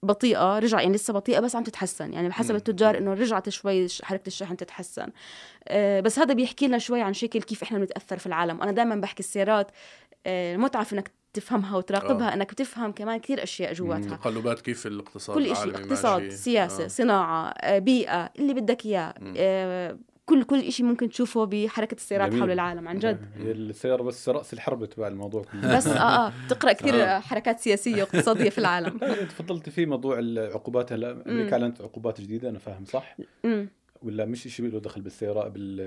بطيئة، رجع يعني لسه بطيئة بس عم تتحسن، يعني بحسب التجار إنه رجعت شوي حركة الشحن تتحسن. بس هذا بيحكي لنا شوي عن شكل كيف إحنا بنتأثر في العالم. أنا دائما بحكي السيارات المتعة في إنك تفهمها وتراقبها، إنك بتفهم كمان كثير أشياء جواتها، تقلبات كيف الاقتصاد كل العالمي شيء، اقتصاد ماشي. سياسة صناعة بيئة اللي بدك إياه، كل شيء ممكن تشوفه بحركة السيارات جميل. حول العالم عن جد. هي السيارة بس رأس الحرب تبع الموضوع كله. بس تقرأ كثير حركات سياسية واقتصادية في العالم. تفضلت في موضوع العقوبات. هلا أمريكا أعلنت عقوبات جديدة، أنا فاهم صح؟ ولا مش شيء له دخل بالسيارة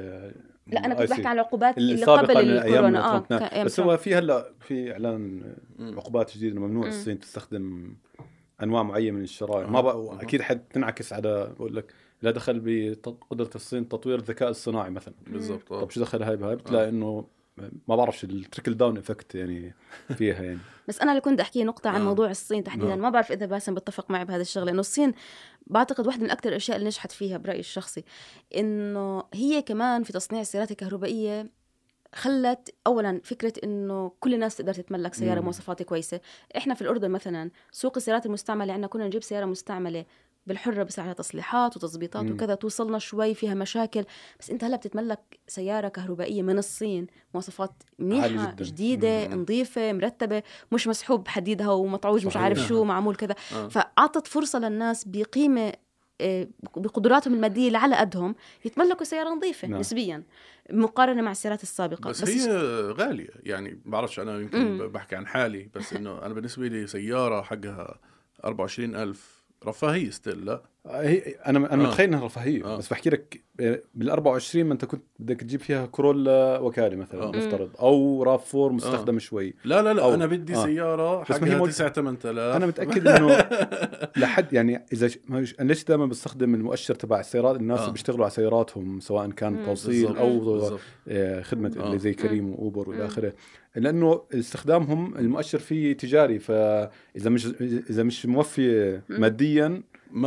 لا أنا كنت بحكي عن العقوبات اللي سابقاً قبل الكورونا. بس هو في هلا في إعلان عقوبات جديدة، ممنوع الصين تستخدم أنواع معينة من الشرائح. ما بقى أكيد حد تنعكس على، بقول لك لا دخل بقدرة الصين تطوير الذكاء الصناعي مثلا. بالضبط. طب شو دخل هاي بهاي؟ بتلاقي إنه ما بعرفش التريكل داون إفكت يعني فيها يعني. بس أنا اللي كنت أحكي نقطة عن موضوع الصين تحديدا، ما بعرف إذا باسم بتفق معي بهذا الشغله، إنه الصين بعتقد واحدة من أكثر الأشياء اللي نجحت فيها برأيي الشخصي إنه هي كمان في تصنيع السيارات الكهربائية خلت أولا فكرة إنه كل الناس تقدر تتملك سيارة مواصفات كويسة. إحنا في الأردن مثلا سوق السيارات المستعملة عندنا كنا نجيب سيارة مستعملة بالحرة بس عليها تصليحات وتظبيطات وكذا، توصلنا شوي فيها مشاكل. بس أنت هلا بتتملك سيارة كهربائية من الصين مواصفات منيحة جديدة نظيفة مرتبة، مش مسحوب حديدها ومطعوج مش عارف شو معمول كذا. فأعطت فرصة للناس بقيمة بقدراتهم المادية اللي على قدهم يتملكوا سيارة نظيفة نسبيا مقارنة مع السيارات السابقة. بس هي غالية يعني، بعرفش أنا يمكن بحكي عن حالي، بس إنه أنا بالنسبة لي سيارة حقها 24,000 رفاهية ستيل. لا أنا متخيل إنها رفاهية بس بحكي لك بال24 ما أنت كنت بدك تجيب فيها كورولا وكالة مثلا نفترض، أو راف 4 مستخدم شوي. لا أنا بدي سيارة حقها 9-8,000. أنا متأكد إنه لحد يعني إذا أنا ليش دائما بستخدم المؤشر تبع السيارات الناس اللي بيشتغلوا على سياراتهم سواء كان توصيل أو خدمة اللي زي كريم وأوبر وإلى آخره، لأنه استخدامهم المؤشر فيه تجاري، فإذا مش موفي ماديا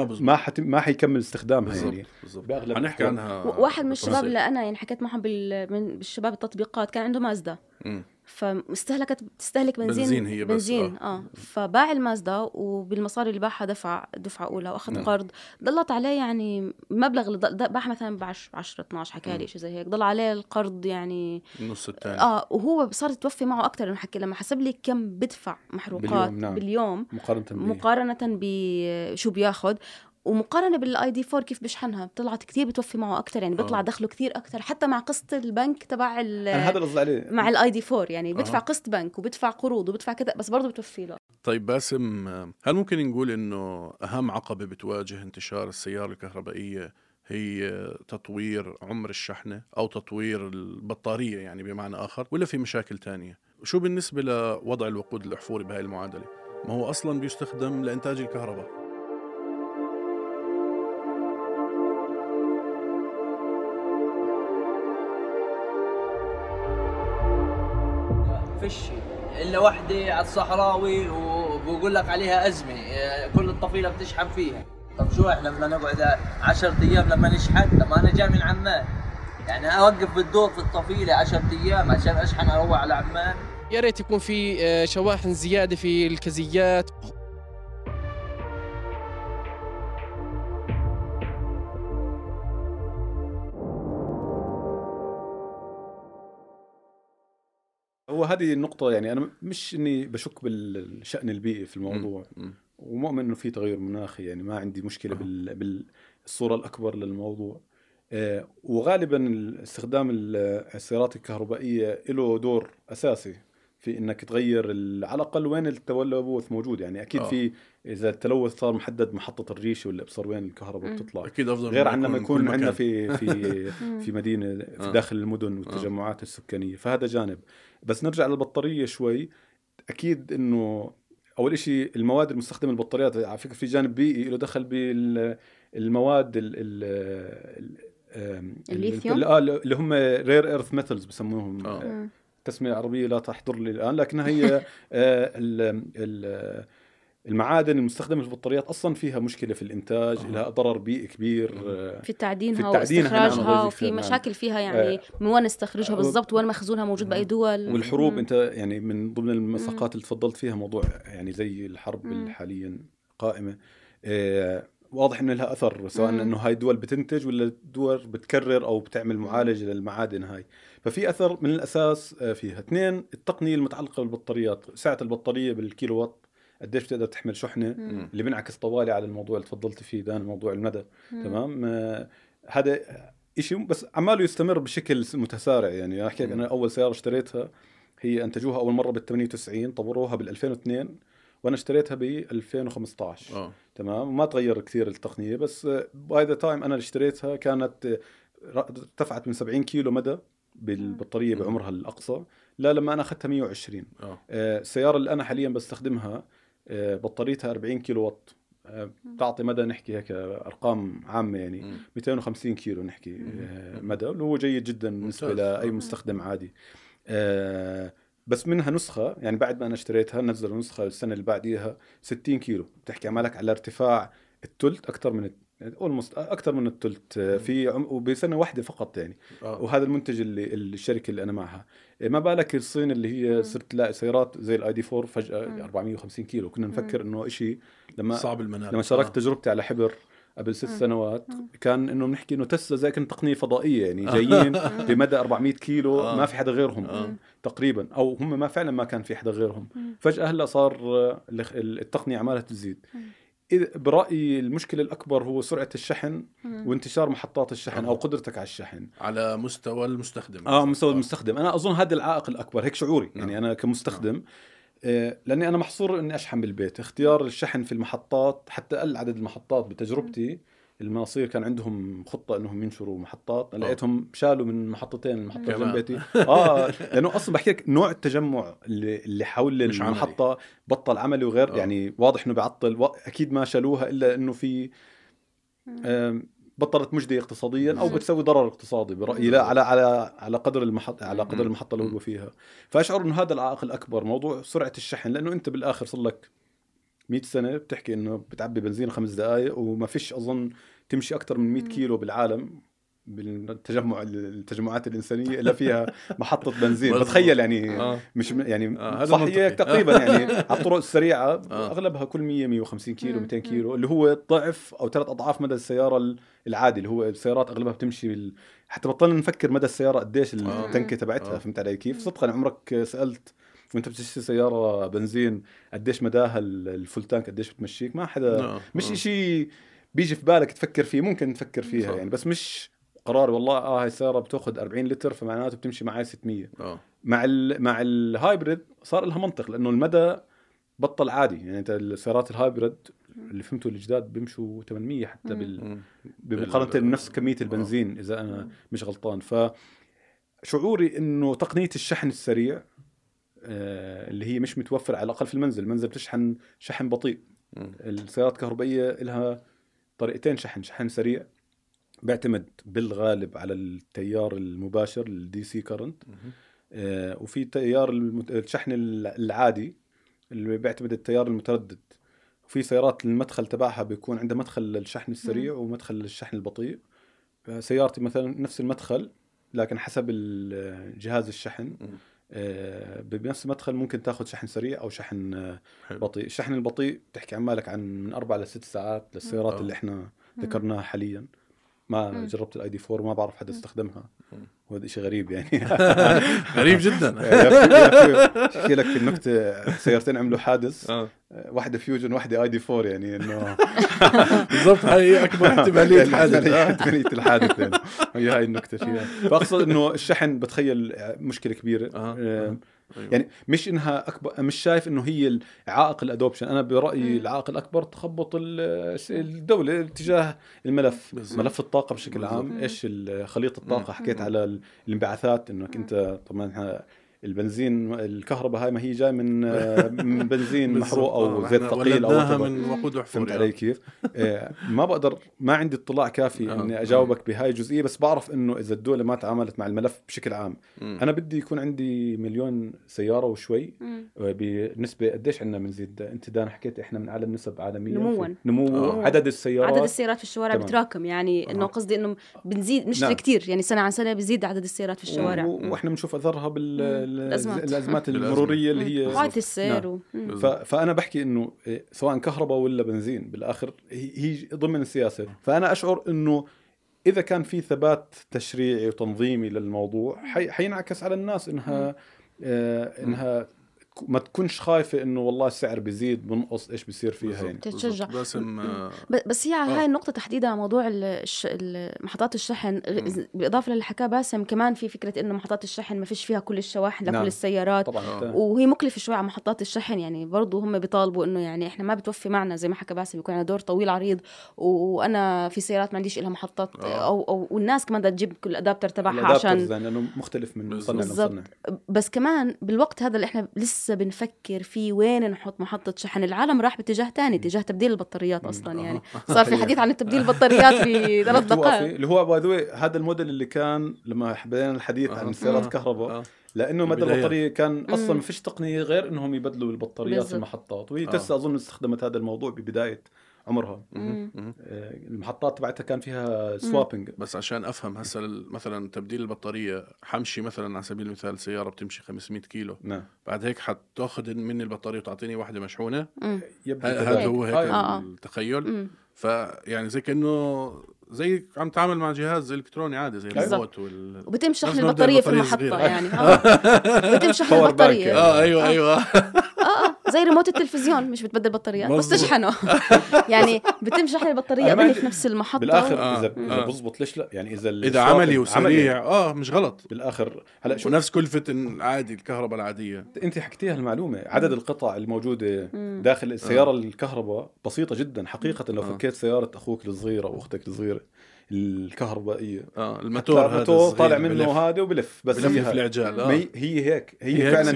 ما حيكمل استخدامها. يعني باغلب هنحكي عنها. واحد من الشباب اللي انا يعني حكيت معهم بالشباب التطبيقات كان عنده مازدا، تستهلك بنزين هي بنزين فباع المازدا وبالمصاري اللي باعها دفعه اولى واخذ قرض، ضلت عليه يعني مبلغ اللي باعها مثلا ب 10-12 حكالي شيء زي هيك، ضل عليه القرض يعني النص الثاني. وهو صارت توفي معه اكثر. انه حكي لما حسب لي كم بدفع محروقات باليوم مقارنه بشو بياخذ، ومقارنة بالاي دي 4 كيف بشحنها طلعت كتير بتوفي معه أكتر، يعني بيطلع دخله كتير أكتر حتى مع قسط البنك تبع هذا قصدي عليه مع الاي دي 4 يعني بدفع قسط بنك وبدفع قروض وبدفع كذا بس برضه بتوفي له. طيب باسم، هل ممكن نقول إنه أهم عقبة بتواجه انتشار السيارة الكهربائية هي تطوير عمر الشحنة أو تطوير البطارية يعني بمعنى آخر، ولا في مشاكل تانية؟ شو بالنسبة لوضع الوقود الأحفوري بهاي المعادلة؟ ما هو أصلا بيستخدم لإنتاج الكهرباء. فيش إلا وحدة على الصحراوي وبقول لك عليها أزمة، كل الطفيلة بتشحن فيها. طب شو إحنا بدنا نقعد 10 أيام لما نشحن؟ طب أنا جاي من عمان يعني أوقف بالدور في الطفيلة 10 أيام عشان أشحن أروح على عمان؟ يا ريت يكون في شواحن زيادة في الكزيات. هو هذه النقطة يعني أنا مش إني بشك بالشأن البيئي في الموضوع ومؤمن إنه في تغير مناخي، يعني ما عندي مشكلة بالصورة الأكبر للموضوع. وغالبا استخدام السيارات الكهربائية له دور أساسي في إنك تغير على الأقل وين التلوث موجود. يعني أكيد في إذا التلوث صار محدد محطة الريش ولا بصر وين الكهرباء بتطلع، أكيد أفضل غير عن لما يكون عندنا في مدينة في داخل المدن والتجمعات السكانية. فهذا جانب. بس نرجع للبطارية شوي. أكيد إنه أول إشي المواد المستخدمة البطاريات على فكرة في جانب بيئي له دخل بالمواد الليثيوم اللي هم رير ايرث ميتالز بسموهم. تسمية عربية لا تحضر لي الآن، لكنها هي المعادن المستخدمة في البطاريات أصلا فيها مشكلة في الإنتاج، لها ضرر بيئي كبير في تعدينها واستخراجها، وفي مشاكل فيها يعني من وين نستخرجها بالضبط، وين مخزونها موجود بأي دول. والحروب أنت يعني من ضمن المساقات اللي تفضلت فيها موضوع يعني زي الحرب حاليا قائمة، واضح انه لها اثر، سواء انه هاي الدول بتنتج ولا دول بتكرر او بتعمل معالجه للمعادن هاي. ففي اثر من الاساس فيها. 2 التقنيه المتعلقه بالبطاريات، سعه البطاريه بالكيلو وات قديش بتقدر تحمل شحنه، اللي بنعكس طوالي على الموضوع اللي تفضلت فيه ده، موضوع المدى. تمام. هذا إشي بس عماله يستمر بشكل متسارع. يعني احكي لك انا اول سياره اشتريتها هي انتجوها اول مره بال98، طوروها بال2002، وانا اشتريتها ب2015. تمام. وما تغير كثير التقنيه، بس باي ذا تايم انا اللي اشتريتها كانت ارتفعت من 70 كيلو مدى بالبطاريه بعمرها الاقصى، لا لما انا اخذتها 120. السياره اللي انا حاليا بستخدمها بطاريتها 40 كيلو وات، تعطي مدى نحكي هيك ارقام عامه يعني 250 كيلو نحكي مدى، اللي هو جيد جدا بالنسبه لاي مستخدم عادي. بس منها نسخة يعني بعد ما أنا اشتريتها نزلوا نسخة السنة اللي بعديها 60 كيلو، بتحكي عمالك على ارتفاع الثلث، أكثر من الثلث في وبسنة واحدة فقط يعني. وهذا المنتج اللي الشركة اللي أنا معها. ما بالك الصين اللي هي صرت تلاقي سيارات زي الاي دي 4 فجأة 450 كيلو. كنا نفكر إنه إشي لما صعب المنال. لما شاركت تجربتي على حبر قبل 6 سنوات كان انه بنحكي انه تسلا زي كانت تقنيه فضائيه، يعني جايين بمدى 400 كيلو ما في حدا غيرهم تقريبا، او هم ما فعلا ما كان في حدا غيرهم. فجاه هلا صار التقنيه عمالها تزيد. برايي المشكله الاكبر هو سرعه الشحن وانتشار محطات الشحن او قدرتك على الشحن على مستوى المستخدم. مستوى المستخدم. انا اظن هذا العائق الاكبر، هيك شعوري يعني انا كمستخدم. لاني انا محصور اني اشحن بالبيت. اختيار الشحن في المحطات، حتى اقل عدد المحطات بتجربتي المناصير كان عندهم خطه انهم ينشروا محطات، لقيتهم شالوا من محطتين المحطه جنب بيتي. لانه اصلا بحكي لك نوع التجمع اللي حول المحطه بطل عملي وغير يعني واضح انه بيعطل. اكيد ما شالوها الا انه في بطلت مجدية اقتصاديا او بتسوي ضرر اقتصادي برأيي، لا على قدر المحطة، على قدر المحطة اللي هو فيها. فاشعر انه هذا العائق الاكبر، موضوع سرعة الشحن. لانه انت بالاخر صار لك 100 سنة بتحكي انه بتعبي بنزين 5 دقائق وما فيش اظن تمشي اكثر من 100 كيلو بالعالم التجمعات الإنسانية إلا فيها محطة بنزين. بتخيل يعني مش يعني صحيح تقريبا يعني على الطرق السريعة أغلبها كل 100-150 كيلو 200 كيلو، اللي هو ضعف أو 3 أضعاف مدى السيارة العادي، اللي هو السيارات أغلبها بتمشي حتى بطلنا نفكر مدى السيارة قديش التنكة تبعتها. فهمت علي كيف؟ صدقا عمرك سألت وانت بتشتري سيارة بنزين قديش مداها الفول تانك قديش بتمشيك؟ ما حدا مش إشي بيجي في بالك تفكر فيه. ممكن تفكر فيها يعني بس مش قرار والله هاي السيارة بتاخذ 40 لتر فمعناته بتمشي معي 600. مع الهايبريد صار لها منطق، لأنه المدى بطل عادي. يعني انت السيارات الهايبريد اللي فهمته الجداد بيمشوا 800 حتى بمقارنة بنفس كمية البنزين إذا أنا مش غلطان. فشعوري إنه تقنية الشحن السريع اللي هي مش متوفر على الأقل في المنزل بتشحن شحن بطيء. السيارات الكهربائية لها طريقتين شحن سريع بيعتمد بالغالب على التيار المباشر الدي سي كارنت، وفي تيار الشحن العادي اللي بيعتمد التيار المتردد. وفي سيارات المدخل تبعها بيكون عندها مدخل للشحن السريع ومدخل للشحن البطيء. سيارتي مثلا نفس المدخل لكن حسب جهاز الشحن بنفس المدخل ممكن تاخذ شحن سريع او شحن بطيء. الشحن البطيء تحكي عمالك عن من 4 ل 6 ساعات للسيارات اللي احنا ذكرناها حاليا. ما جربت الاي دي 4 وما بعرف حدا استخدمها، وهذا شيء غريب يعني غريب جدا. احكي لك النكته، سيارتين عملوا حادث، واحدة فيوجن واحدة اي دي 4 يعني انه بالضبط هاي اكبر احتمالية الحادث يعني هي النكته فيها. فاقصد انه الشحن بتخيل مشكلة كبيرة. يعني مش انها اكبر، مش شايف انه هي العائق الادوبشن. انا برايي العائق الاكبر تخبط الدوله تجاه ملف الطاقه بشكل عام. ايش خليط الطاقه؟ حكيت على الانبعاثات، انك انت طبعا البنزين الكهرباء هاي ما هي جاي من بنزين محروق او زيت ثقيل او من وقود احفوري. فهمت علي كيف؟ ما بقدر، ما عندي اطلاع كافي اني اجاوبك بهاي الجزئيه، بس بعرف انه اذا الدوله ما تعاملت مع الملف بشكل عام. انا بدي يكون عندي 1,000,000 سياره وشوي بنسبه قديش عندنا بنزيد. انت دانا حكيت احنا من اعلى النسب عالميا نمو عدد السيارات في الشوارع بتراكم. يعني انه قصدي انه بنزيد مش كتير، يعني سنه عن سنه بيزيد عدد السيارات في الشوارع. واحنا بنشوف اثرها الازمات المروريه اللي هي قاعدة السير فانا بحكي انه سواء كهرباء ولا بنزين بالاخر هي ضمن السياسه. فانا اشعر انه اذا كان في ثبات تشريعي وتنظيمي للموضوع حينعكس على الناس انها ما تكونش خايفه انه والله السعر بيزيد بنقص ايش بيصير فيها يعني. تتشجع. بس هي آه. هاي النقطه تحديدا موضوع محطات الشحن بالاضافه للي حكاه باسم كمان في فكره انه محطات الشحن ما فيش فيها كل الشواحن لكل السيارات طبعا. وهي مكلفه شوي على محطات الشحن يعني برضو هم بيطالبوا انه يعني احنا ما بتوفي معنا زي ما حكى باسم بيكون عندنا دور طويل عريض وانا في سيارات ما عنديش لها محطات او والناس كمان بدها تجيب كل الادابتر تبعها عشان لانه مختلف من مصنع لمصنع. بس كمان بالوقت هذا اللي احنا لسه بنفكر فيه وين نحط محطة شحن العالم راح باتجاه تاني اتجاه تبديل البطاريات أصلا يعني صار في حديث عن تبديل البطاريات في 3 دقائق اللي هو هذا الموديل اللي كان لما بدينا الحديث عن سيارات كهرباء لأنه مدى البطارية كان أصلا ما فيش تقنية غير إنهم يبدلوا البطاريات في المحطات وهي تسلا أظن استخدمت هذا الموضوع ببداية عمرها. المحطات تبعتها كان فيها سوابينج. بس عشان أفهم هسه مثلا تبديل البطارية حمشي مثلا على سبيل المثال سيارة بتمشي 500 كيلو بعد هيك حتاخذ مني البطارية وتعطيني واحدة مشحونة. هذا هو هيك التخيل. فيعني زي كأنه زي عم تعامل مع جهاز إلكتروني عادي زي الريموت وبتمشي شحن البطارية في المحطة يعني بتمشي شحن البطارية أيوة زي ريموت التلفزيون مش بتبدل بطاريات بس تشحنه يعني بتمشي شحن البطارية في نفس المحطة بالآخر إذا بزبط ليش لا يعني إذا عملي وسريع مش غلط بالآخر. هلا شو نفس كلفة عادي الكهرباء العادية. أنت حكيتيها المعلومة عدد القطع الموجودة داخل السيارة الكهرباء بسيطة جدا حقيقة. لو فكيت سيارة أخوك الصغيرة وأختك الصغيرة الكهربائية الموتور طالع منه هذا وبلف بس بلف في العجال. هي هيك هي فعلا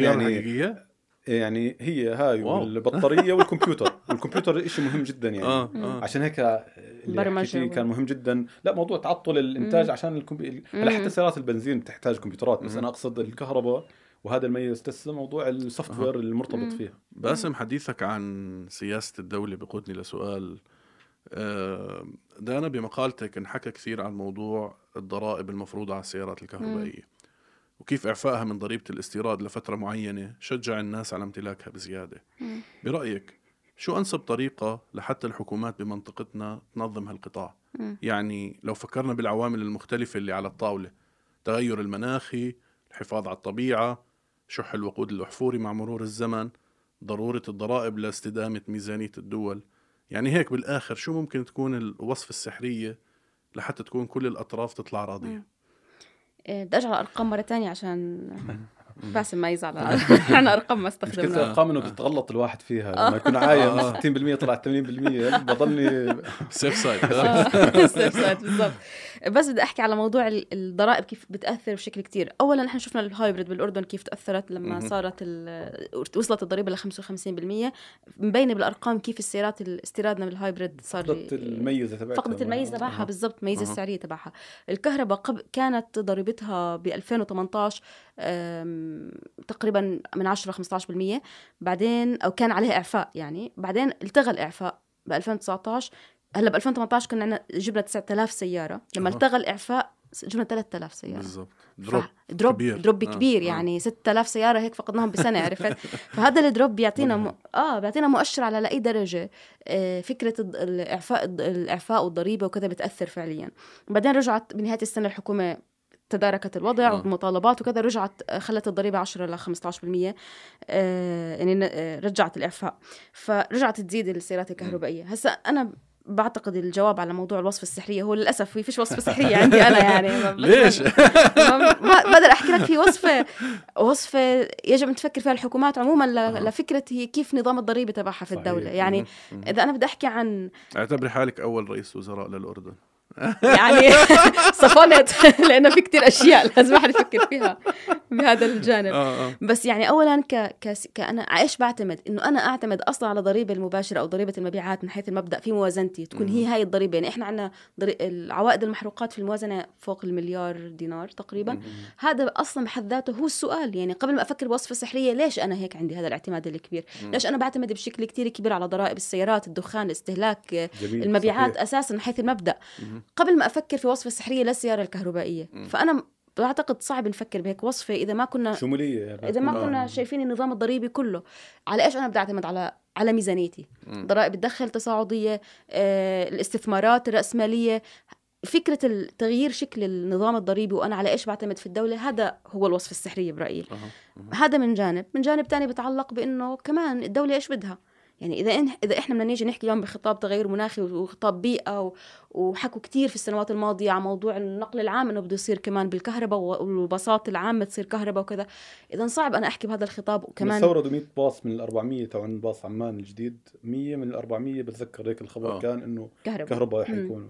يعني هي هاي والبطارية والكمبيوتر إشي مهم جدا يعني عشان هيك اللي كان مهم جدا. لا موضوع تعطل الإنتاج عشان هلا حتى سيارات البنزين بتحتاج كمبيوترات بس أنا أقصد الكهرباء وهذا الميز تسلا موضوع السوفت وير المرتبط فيها. باسم حديثك عن سياسة الدولة بقودني لسؤال. دانا بمقالتك انحكى كثير عن موضوع الضرائب المفروضة على السيارات الكهربائية وكيف إعفائها من ضريبة الاستيراد لفترة معينة شجع الناس على امتلاكها بزيادة. برأيك شو أنسب طريقة لحتى الحكومات بمنطقتنا تنظم هالقطاع؟ يعني لو فكرنا بالعوامل المختلفة اللي على الطاولة تغير المناخي، الحفاظ على الطبيعة، شح الوقود الأحفوري مع مرور الزمن، ضرورة الضرائب لاستدامة ميزانية الدول، يعني هيك بالآخر شو ممكن تكون الوصفة السحرية لحتى تكون كل الأطراف تطلع راضية؟ بدي أرجع الأرقام مرة تانية عشان باسم ما يزعل. احنا ارقام ما استخدمناها. مشكلة الارقام انه بتتغلط الواحد فيها لما يكون عايم 60% طلعت 80% بضلني سيف سايد. سيف سايد بالضبط. بس بدي احكي على موضوع الضرائب كيف بتاثر بشكل كتير. اولا احنا شفنا الهايبريد بالاردن كيف تاثرت لما صارت وصلت الضريبه ل 55%. مبينه بالارقام كيف السيارات استيرادنا من الهايبريد صار فقدت الميزه تبعها. فقدت الميزه تبعها بالضبط، الميزه السعريه تبعها. الكهرباء كانت ضريبتها ب 2018 تقريبا من 10-15%، بعدين او كان عليها اعفاء يعني، بعدين التغى الاعفاء ب 2019. هلا ب 2018 كنا عندنا جبنا 9000 سياره، لما التغى الاعفاء جبنا 3000 سياره بالضبط. دروب كبير يعني 6000 سياره هيك فقدناهم بسنه. عرفت؟ فهذا الدروب بيعطينا بيعطينا مؤشر على لاي درجه فكره الاعفاء والضريبه وكذا بتاثر فعليا. بعدين رجعت بنهايه السنه الحكومه تداركت الوضع والمطالبات وكذا، رجعت خلت الضريبة 10-15%، يعني رجعت الإعفاء، فرجعت تزيد السيارات الكهربائية. هسا أنا بعتقد الجواب على موضوع الوصفة السحرية هو للأسف فيش وصفة سحرية عندي أنا يعني. ليش؟ ما بقدر أحكي لك في وصفة يجب أن تفكر فيها الحكومات عموما لفكرة هي كيف نظام الضريبة تبعها في الدولة. يعني إذا أنا بدي أحكي عن اعتبري حالك أول رئيس وزراء للأردن يعني صفنت لأنه في كتير أشياء لازم أحد يفكر فيها بهذا الجانب. بس يعني أولا أنا إيش بعتمد إنه أنا أعتمد أصلا على ضريبة المباشرة أو ضريبة المبيعات من حيث المبدأ في موازنتي تكون هي هاي الضريبة. يعني إحنا عنا العوائد المحروقات في الموازنة فوق $1 مليار تقريبا. هذا أصلا بحد ذاته هو السؤال. يعني قبل ما أفكر بوصفة سحرية ليش أنا هيك عندي هذا الاعتماد الكبير؟ ليش أنا بعتمد بشكل كتير كبير على ضرائب السيارات، الدخان، الاستهلاك، المبيعات صحيح. أساسا من حيث المبدأ قبل ما أفكر في وصفة سحرية للسيارة الكهربائية. فأنا بعتقد صعب نفكر بهيك وصفة إذا ما كنا شمولية، إذا ما كنا شايفين النظام الضريبي كله. على إيش أنا بدي أعتمد؟ على ميزانيتي، ضرائب بتدخل تصاعدية، الاستثمارات الرأسمالية، فكرة تغيير شكل النظام الضريبي وأنا على إيش بعتمد في الدولة. هذا هو الوصفة السحرية برأيي. هذا من جانب تاني بتعلق بأنه كمان الدولة إيش بدها. يعني إذا إحنا بدنا نيجي نحكي اليوم بخطاب تغير مناخي وخطاب بيئة وحكوا كتير في السنوات الماضية عن موضوع النقل العام إنه بده يصير كمان بالكهرباء والباصات العامة تصير كهرباء وكذا، إذا صعب أنا أحكي بهذا الخطاب. وكمان استوردوا 100 باص من 400 تبع باص عمان الجديد، 100 من 400 بتذكر هيك الخبر كان إنه كهرباء حيكون.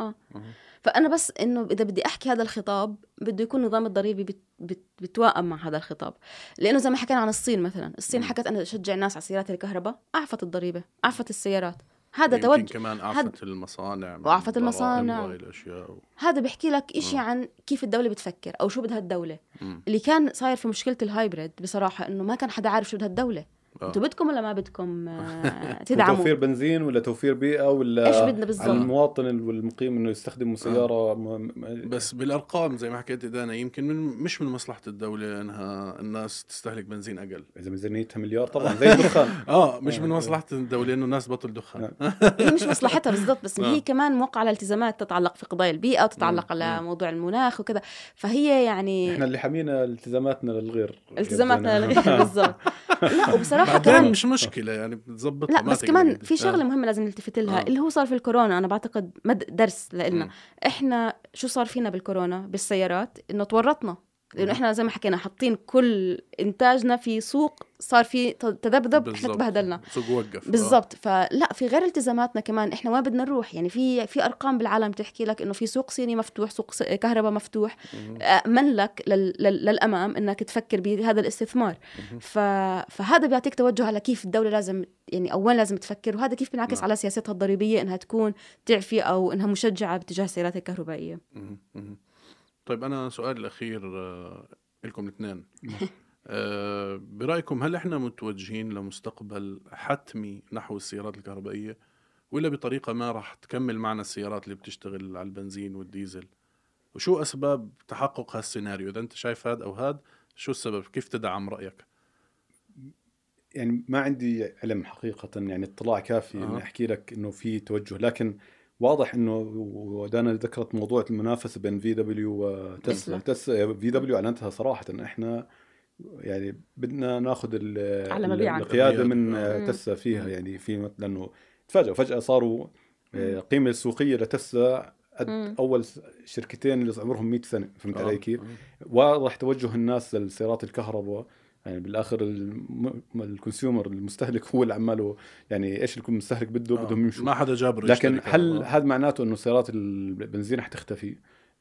فأنا بس إنه إذا بدي أحكي هذا الخطاب بده يكون نظام الضريبي بتوائم مع هذا الخطاب. لأنه زي ما حكينا عن الصين مثلا، الصين حكت أنا أشجع الناس على سيارات الكهرباء، أعفت الضريبة، أعفت السيارات. هذا توجه كمان أعفت المصانع وأعفت المصانع. هذا بيحكي لك إشي عن كيف الدولة بتفكر أو شو بدها الدولة. اللي كان صاير في مشكلة الهايبريد بصراحة إنه ما كان حدا عارف شو بدها الدولة. انتوا بدكم ولا ما بدكم تدعموا؟ توفير بنزين ولا توفير بيئة ولا ايش بدنا بالضبط؟ المواطن والمقيم انه يستخدم سيارة بس بالارقام زي ما حكيت دانا يمكن مش من مصلحة الدولة انها الناس تستهلك بنزين اقل. اذا ميزانيتها مليار طبعا زي الدخان. مش من مصلحة الدولة انه الناس بطل دخان. هي مش مصلحتها بالضبط، بس هي كمان موقعة على التزامات تتعلق في قضايا البيئة وتتعلق على موضوع المناخ وكذا. فهي يعني احنا اللي حمينا التزاماتنا للغير، التزاماتنا للغير بالضبط. لا وبصراحة كمان مش مشكلة يعني بتزبط. لا بس كمان في شغلة مهمة لازم نلتفت لها اللي هو صار في الكورونا. أنا بعتقد درس لنا. إحنا شو صار فينا بالكورونا بالسيارات؟ إنه تورطنا، لأنه إحنا زي ما حكينا حاطين كل إنتاجنا في سوق صار في تذبذب، إحنا تبهدلنا، سوق وقف بالضبط. فلا في غير التزاماتنا كمان إحنا وين بدنا نروح. يعني في أرقام بالعالم تحكي لك إنه في سوق صيني مفتوح، سوق كهرباء مفتوح، أمن لك للأمام إنك تفكر بهذا الاستثمار. فهذا بيعطيك توجه على كيف الدولة لازم يعني أول لازم تفكر، وهذا كيف بينعكس على سياستها الضريبية إنها تكون تعفي أو إنها مشجعة باتجاه السيارات الكهربائية. طيب أنا سؤال الأخير لكم الاثنين. برأيكم هل إحنا متوجهين لمستقبل حتمي نحو السيارات الكهربائية، ولا بطريقة ما راح تكمل معنا السيارات اللي بتشتغل على البنزين والديزل؟ وشو أسباب تحقق هالسيناريو؟ إذا أنت شايف هذا أو هذا، شو السبب؟ كيف تدعم رأيك؟ يعني ما عندي علم حقيقة، يعني اطلاع كافي إن أحكي لك إنه في توجه، لكن واضح إنه ودانا ذكرت موضوع المنافسة بين VW وتسلا. VW أعلنتها صراحة إن إحنا يعني بدنا ناخذ القيادة من تسلا فيها. يعني في لأنه تفاجأوا فجأة صاروا قيمة السوقية لتسلا أول شركتين اللي عمرهم 100 سنة. فهمت علي كيف؟ واضح توجه الناس للسيارات الكهرباء. يعني بالآخر الكونسيومر المستهلك هو اللي عماله يعني إيش المستهلك بدهم يمشوا، ما حدا جابر. لكن هل هذا معناته إنه سيارات البنزين حتختفي؟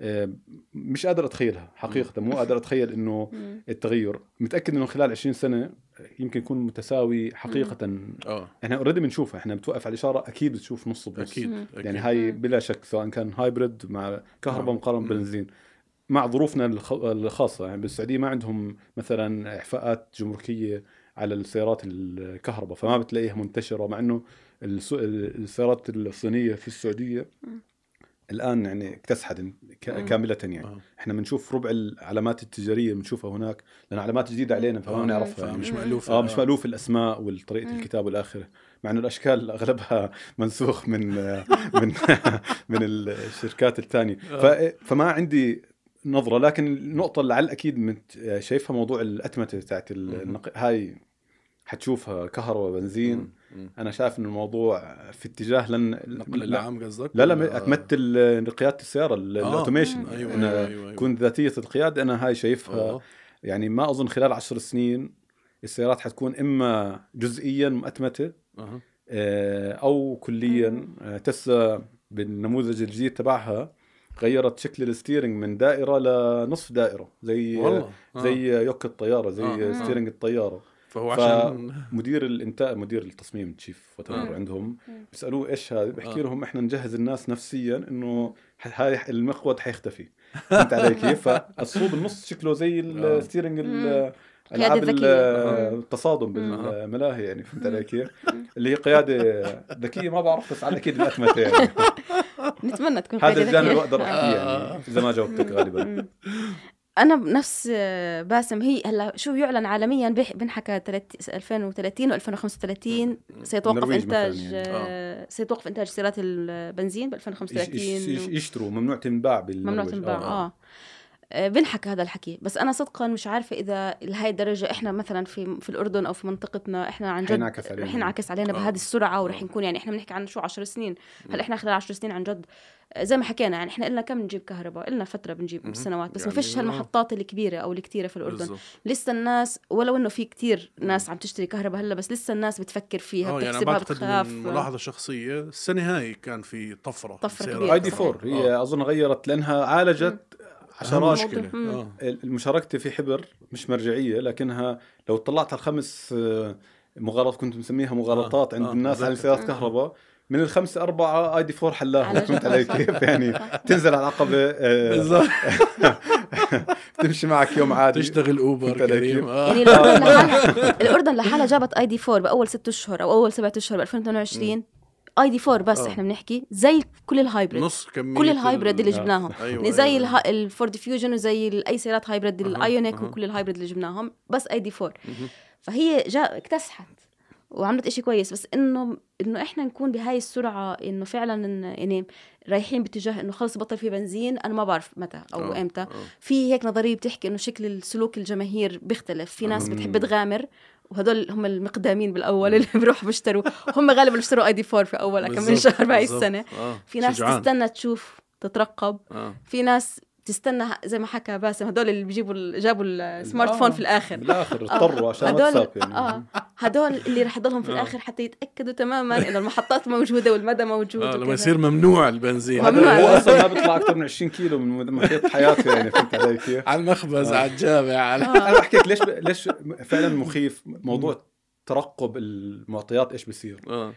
مش قادر أتخيلها حقيقة. مو قادر أتخيل إنه التغير. متأكد إنه خلال 20 سنة يمكن يكون متساوي حقيقة. إحنا أوريدي بنشوفها، إحنا بتوقف على الإشارة أكيد بتشوف نص بنص. أكيد. يعني هاي بلا شك، سواء كان هايبريد مع كهرباء مقارنة بنزين. مع ظروفنا الخاصة يعني بالسعودية ما عندهم مثلا إعفاءات جمركية على السيارات الكهرباء، فما بتلاقيها منتشرة. مع إنه السيارات الصينية في السعودية الآن يعني اكتسحت كاملة. يعني إحنا بنشوف ربع العلامات التجارية بنشوفها هناك، لأن علامات جديدة علينا فما نعرفها. يعني مش مألوفة. مش مألوف الأسماء والطريقة الكتاب والآخر، مع إنه الأشكال أغلبها منسوخ من الشركات الثانية. فما عندي نظرة. لكن النقطة اللي على الأكيد شايفها موضوع الأتمتة تاعت هاي حتشوفها كهرباء بنزين. أنا شايف إنه الموضوع في اتجاه النقل العام قصدك؟ لا أتمثل قيادة السيارة الأوتوميشن. أيوة. كون ذاتية القيادة. أنا هاي شايفها يعني ما أظن خلال 10 سنين السيارات حتكون إما جزئيا مأتمتة أو كليا. تسلا بالنموذج الجديد تبعها غيرت شكل الستيرنج من دائرة لنصف دائرة زي يوك الطيارة، زي ستيرنج الطيارة. فهو عشان مدير الانتاج، مدير التصميم تشيف وتنور عندهم بيسألوه ايش هذا، بحكي لهم احنا نجهز الناس نفسيا انه هاي المقود حيختفي. فهمت علي كيف؟ فالصوب النص شكله زي الستيرنج العاب التصادم بالملاهي. يعني فهمت علي كيف؟ اللي هي قيادة ذكية ما بعرف، بس على اكيد الأتمتة يعني. نتمنى تكون هذا الجانب اللي اقدر احكيه يعني اذا ما جاوبتك غالبا. انا بنفس باسم. هي هلا شو يعلن عالميا بنحكى 2030 و2035 سيتوقف انتاج سيتوقف انتاج سيارات البنزين ب 2035 يشتروا ممنوع تنباع ممنوع تنباع بنحكى هذا الحكي. بس انا صدقا مش عارفه اذا لهي الدرجه احنا مثلا في الاردن او في منطقتنا احنا عن جد رح ينعكس علينا بهذه السرعه ورح نكون يعني احنا بنحكي عن شو 10 سنين. هلا احنا خلال 10 سنين عن جد زي ما حكينا يعني احنا قلنا كم نجيب كهرباء، قلنا فتره بنجيب سنوات بس يعني ما فيش هالمحطات الكبيره او الكتيره في الاردن بالزبط. لسه الناس ولو انه في كتير ناس عم تشتري كهرباء هلا بس لسه الناس بتفكر فيها بتحسبها يعني بتخاف. ملاحظه شخصيه السنه هاي كان في طفره كبيره. ID4 هي اظن غيرت لانها عالجت عشان مشكله المشاركه في حبر مش مرجعيه، لكنها لو طلعت على الخمس مغالطات كنت مسميها مغالطات عند الناس على سيارات كهرباء، من الخمسة 4 ID4 حلاها. فهمت علي كيف؟ يعني تنزل على العقبة بالضبط تمشي معك يوم عادي تشتغل أوبر كريم. يعني الأردن لحالها جابت ID4 بأول 6 أشهر أو أول 7 أشهر ب 2022 ID4 بس. احنا بنحكي زي كل الهايبريد، كل الهايبريد اللي جبناهم يعني زي الفورد فيوجن وزي أي سيارات هايبريد الأيونيك وكل الهايبريد اللي جبناهم بس ID4. فهي اكتسحت وعملت إشي كويس. بس إنه إحنا نكون بهاي السرعة إنه فعلا يعني رايحين باتجاه إنه خلص بطل في بنزين، أنا ما بعرف متى أو إمتى. في هيك نظرية بتحكي إنه شكل السلوك الجماهير بيختلف. في ناس بتحب تغامر وهدول هم المقدامين بالأول اللي بيروحوا بيشتروا، هم غالبا بيشتروا ID4 في أول كم من شهر بهاي السنة. في ناس تستنى تشوف تترقب. في ناس تستنى زي ما حكى باسم هدول اللي جابوا السمارت فون في الآخر اضطروا عشان واتساب يعني هدول اللي رح يضلهم في الآخر حتى يتأكدوا تماما إنه المحطات موجودة والمدى موجود لما يصير ممنوع البنزين. هو أصلا ما بيطلع أكثر من 20 كيلو من محيط حياته يعني. فهمت علي كيف؟ على المخبز على الجامع أنا بحكيك ليش فعلا مخيف موضوع ترقب المعطيات إيش بيصير.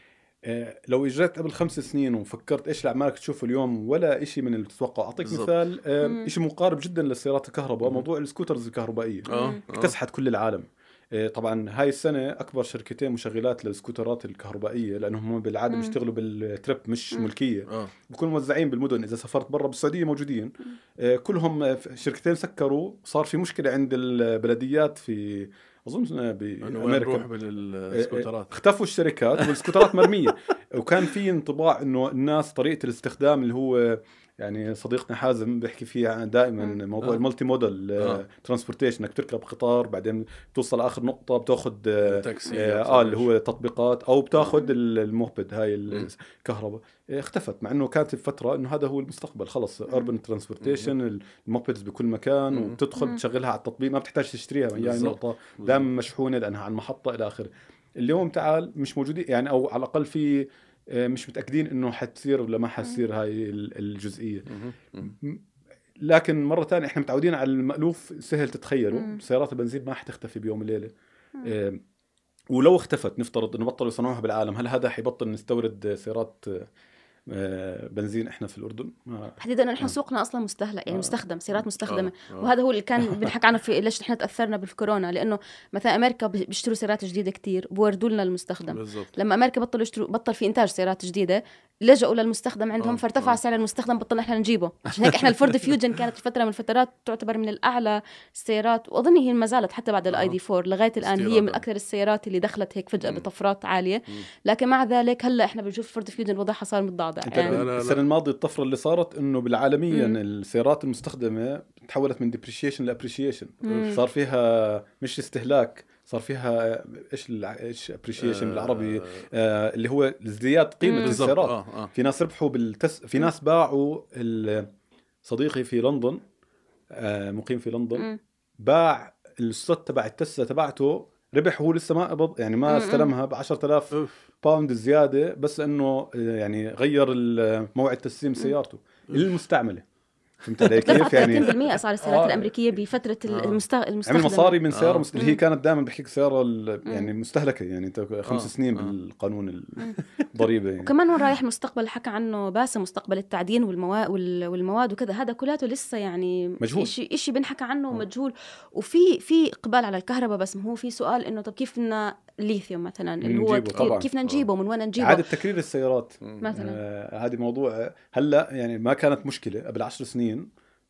لو اجريت قبل 5 سنين وفكرت ايش الاعمالك تشوفه اليوم ولا إشي من اللي تتوقع. اعطيك مثال إشي مقارب جدا للسيارات الكهرباء، موضوع السكوترز الكهربائيه اكتسحت كل العالم. طبعا هاي السنه اكبر شركتين مشغلات للسكوترات الكهربائيه لانهم هم بالعاده بيشتغلوا بالتريب مش ملكيه، بيكونوا موزعين بالمدن. اذا سافرت برا بالسعوديه موجودين كلهم شركتين سكروا. صار في مشكله عند البلديات في أظن بأمريكا بالسكوترات، اختفوا الشركات والسكوترات مرمية. وكان في انطباع إنه الناس طريقة الاستخدام اللي هو يعني صديقنا حازم بيحكي فيه دائما موضوع المالتي موديل ترانسبورتيشن، انك تركب قطار بعدين توصل آخر نقطة بتاخذ اللي هو تطبيقات او بتاخذ الموبد هاي الكهرباء. اختفت مع انه كانت الفترة انه هذا هو المستقبل. خلص urban ترانسبورتيشن الموبدز بكل مكان وبتدخل تشغلها على التطبيق، ما بتحتاج تشتريها يعني نقطة دائما مشحونة لانها على المحطة الى اخره. اليوم تعال مش موجودين يعني، او على الاقل في مش متأكدين إنه حتصير ولا ما حتصير هاي الجزئية. لكن مرة تانية إحنا متعودين على المألوف سهل تتخيله. سيارات البنزين ما حتختفي بيوم وليلة. ولو اختفت نفترض إنه بطلوا يصنعوها بالعالم، هل هذا حيبطل نستورد سيارات بنزين احنا في الاردن؟ تحديدا نحن سوقنا اصلا مستهلك يعني مستخدم، سيارات مستخدمه. وهذا هو اللي كان بنحكي عنه في ليش نحن تاثرنا بالكورونا، لانه مثلا امريكا بيشتروا سيارات جديده كتير بوردوا لنا المستخدم بالزبط. لما امريكا بطل في انتاج سيارات جديده لجأوا للمستخدم عندهم فارتفع سعر المستخدم، بطلنا احنا نجيبه. عشان هيك احنا الفورد فيوجن كانت فتره من الفترات تعتبر من الاعلى السيارات، واظن هي ما زالت حتى بعد الاي دي 4 لغايه الان هي من اكثر السيارات اللي دخلت هيك فجاه بطفرات عاليه. لكن مع ذلك هلا احنا بنشوف الفورد فيوجن وضعها صار متضعضع. يعني السنه الماضيه الطفره اللي صارت انه بالعالميا السيارات المستخدمه تحولت من ديبريشيشن لابريشيشن. صار فيها مش استهلاك، صار فيها ايش ابريشيشن بالعربي اللي هو ازدياد قيمه السيارات. في ناس ربحوا في ناس باعوا. صديقي في لندن مقيم في لندن باع السوت تبع التسلا تبعته، ربح هو لسه ما قبض يعني ما استلمها ب 10,000 باوند زياده، بس انه يعني غير موعد تسليم سيارته المستعمله. فهمت علي كيف؟ يعني 30% اسعار السيارات الامريكيه بفتره المستخدم. عمل مصاري من سياره اللي هي كانت دائما بحكيك سياره يعني مستهلكه، يعني انت 5 سنين بالقانون الضريبه يعني. وكمان وين رايح المستقبل حكى عنه باسم، مستقبل التعدين والمواد وكذا، هذا كلاته لسه يعني مجهول، شيء بنحكى عنه مجهول. وفي اقبال على الكهرباء، بس هو في سؤال انه طب كيف بدنا الليثيوم مثلا اللي هو كيف بدنا نجيبه، من وين نجيبه، اعاده تكرير السيارات مثلا. هذه موضوع هلا يعني ما كانت مشكله قبل 10 سنين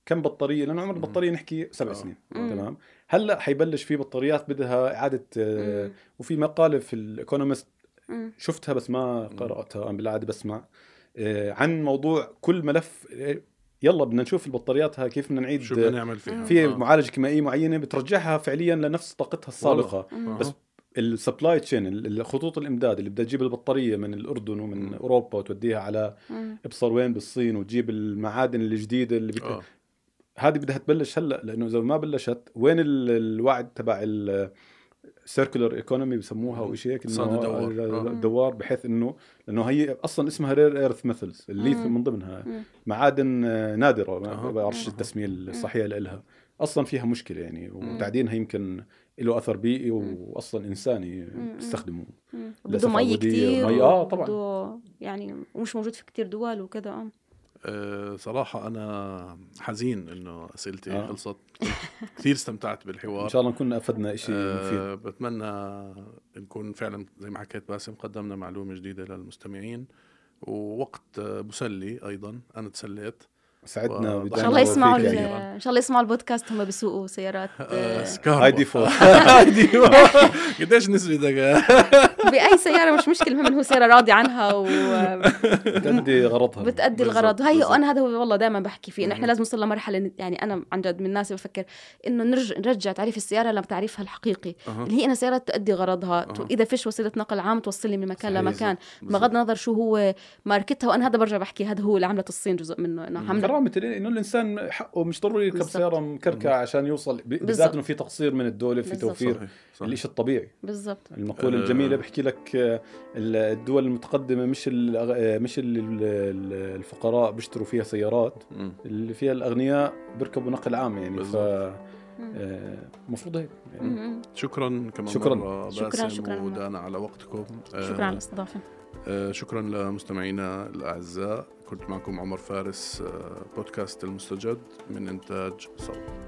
كم بطاريه، لانه عمر البطاريه نحكي 7 سنين. تمام. هلا حيبلش في بطاريات بدها اعاده وفي مقاله في الايكونومست شفتها بس ما قراتها، انا بالعاده بسمع عن موضوع كل ملف يلا بدنا نشوف البطاريات هاي كيف بدنا نعيد شو بدنا نعمل فيها. في معالجه كيميائيه معينه بترجعها فعليا لنفس طاقتها السابقه. بس السبلاي تشين، الخطوط الامداد اللي بدها تجيب البطاريه من الاردن ومن اوروبا وتوديها على ابصر وين بالصين وتجيب المعادن الجديده اللي هذه بدها تبلش هلا، لانه اذا ما بلشت وين الوعد تبع السيركولر ايكونومي بسموها او شيء هيك، الدوار، بحيث انه لانه هي اصلا اسمها رير ايرث ميثلز، الليثيوم من ضمنها معادن نادره، ما بعرفش التسميه الصحيحه لها، اصلا فيها مشكله يعني، وتعدينها يمكن له اثر بيئي واصلا انساني يستخدموه. بده مي كثير طبعا يعني ومش موجود في كتير دول وكذا. صراحة أنا حزين إنه أسئلتي خلصت. كثير استمتعت بالحوار، إن شاء الله نكون أفدنا إشي مفيد. بتمنى نكون فعلا زي ما حكيت باسم قدمنا معلومة جديدة للمستمعين، ووقت مسلي أيضا. أنا تسليت، سعدنا. ان شاء الله يسمعوا ان شاء الله يسمعوا البودكاست هم بيسوقوا سيارات اي دي 4. قديش نسبة باي سياره مش مشكله، المهم هو سياره راضي عنها بتأدي غرضها، بتأدي الغرض. هاي انا هذا هو والله دائما بحكي فيه، انه احنا لازم نوصل لمرحله، يعني انا عن جد من الناس بفكر انه نرجع تعريف السياره لتعريفها الحقيقي اللي هي انها سياره تؤدي غرضها. اذا فيش وسيله نقل عام توصلني من مكان لمكان بغض النظر شو هو ماركتها. وانا هذا برجع بحكي هذا هو اللي عملت الصين جزء منه، انه كرامة انه الانسان حقه مش ضروري يركب سياره مكركعه عشان يوصل، بالذات انه في تقصير من الدوله في توفير الشيء الطبيعي. بالضبط. المقوله الجميله بحكي لك الدول المتقدمه مش الفقراء بيشتروا فيها سيارات، اللي فيها الاغنياء بيركبوا نقل عام يعني. ف مفروض هيك يعني. شكرا كمان شكرا باسم ودانا على وقتكم. شكرا على الاستضافه. شكرا لمستمعينا الأعزاء. كنت معكم عمر فارس، بودكاست المستجد من إنتاج صوت.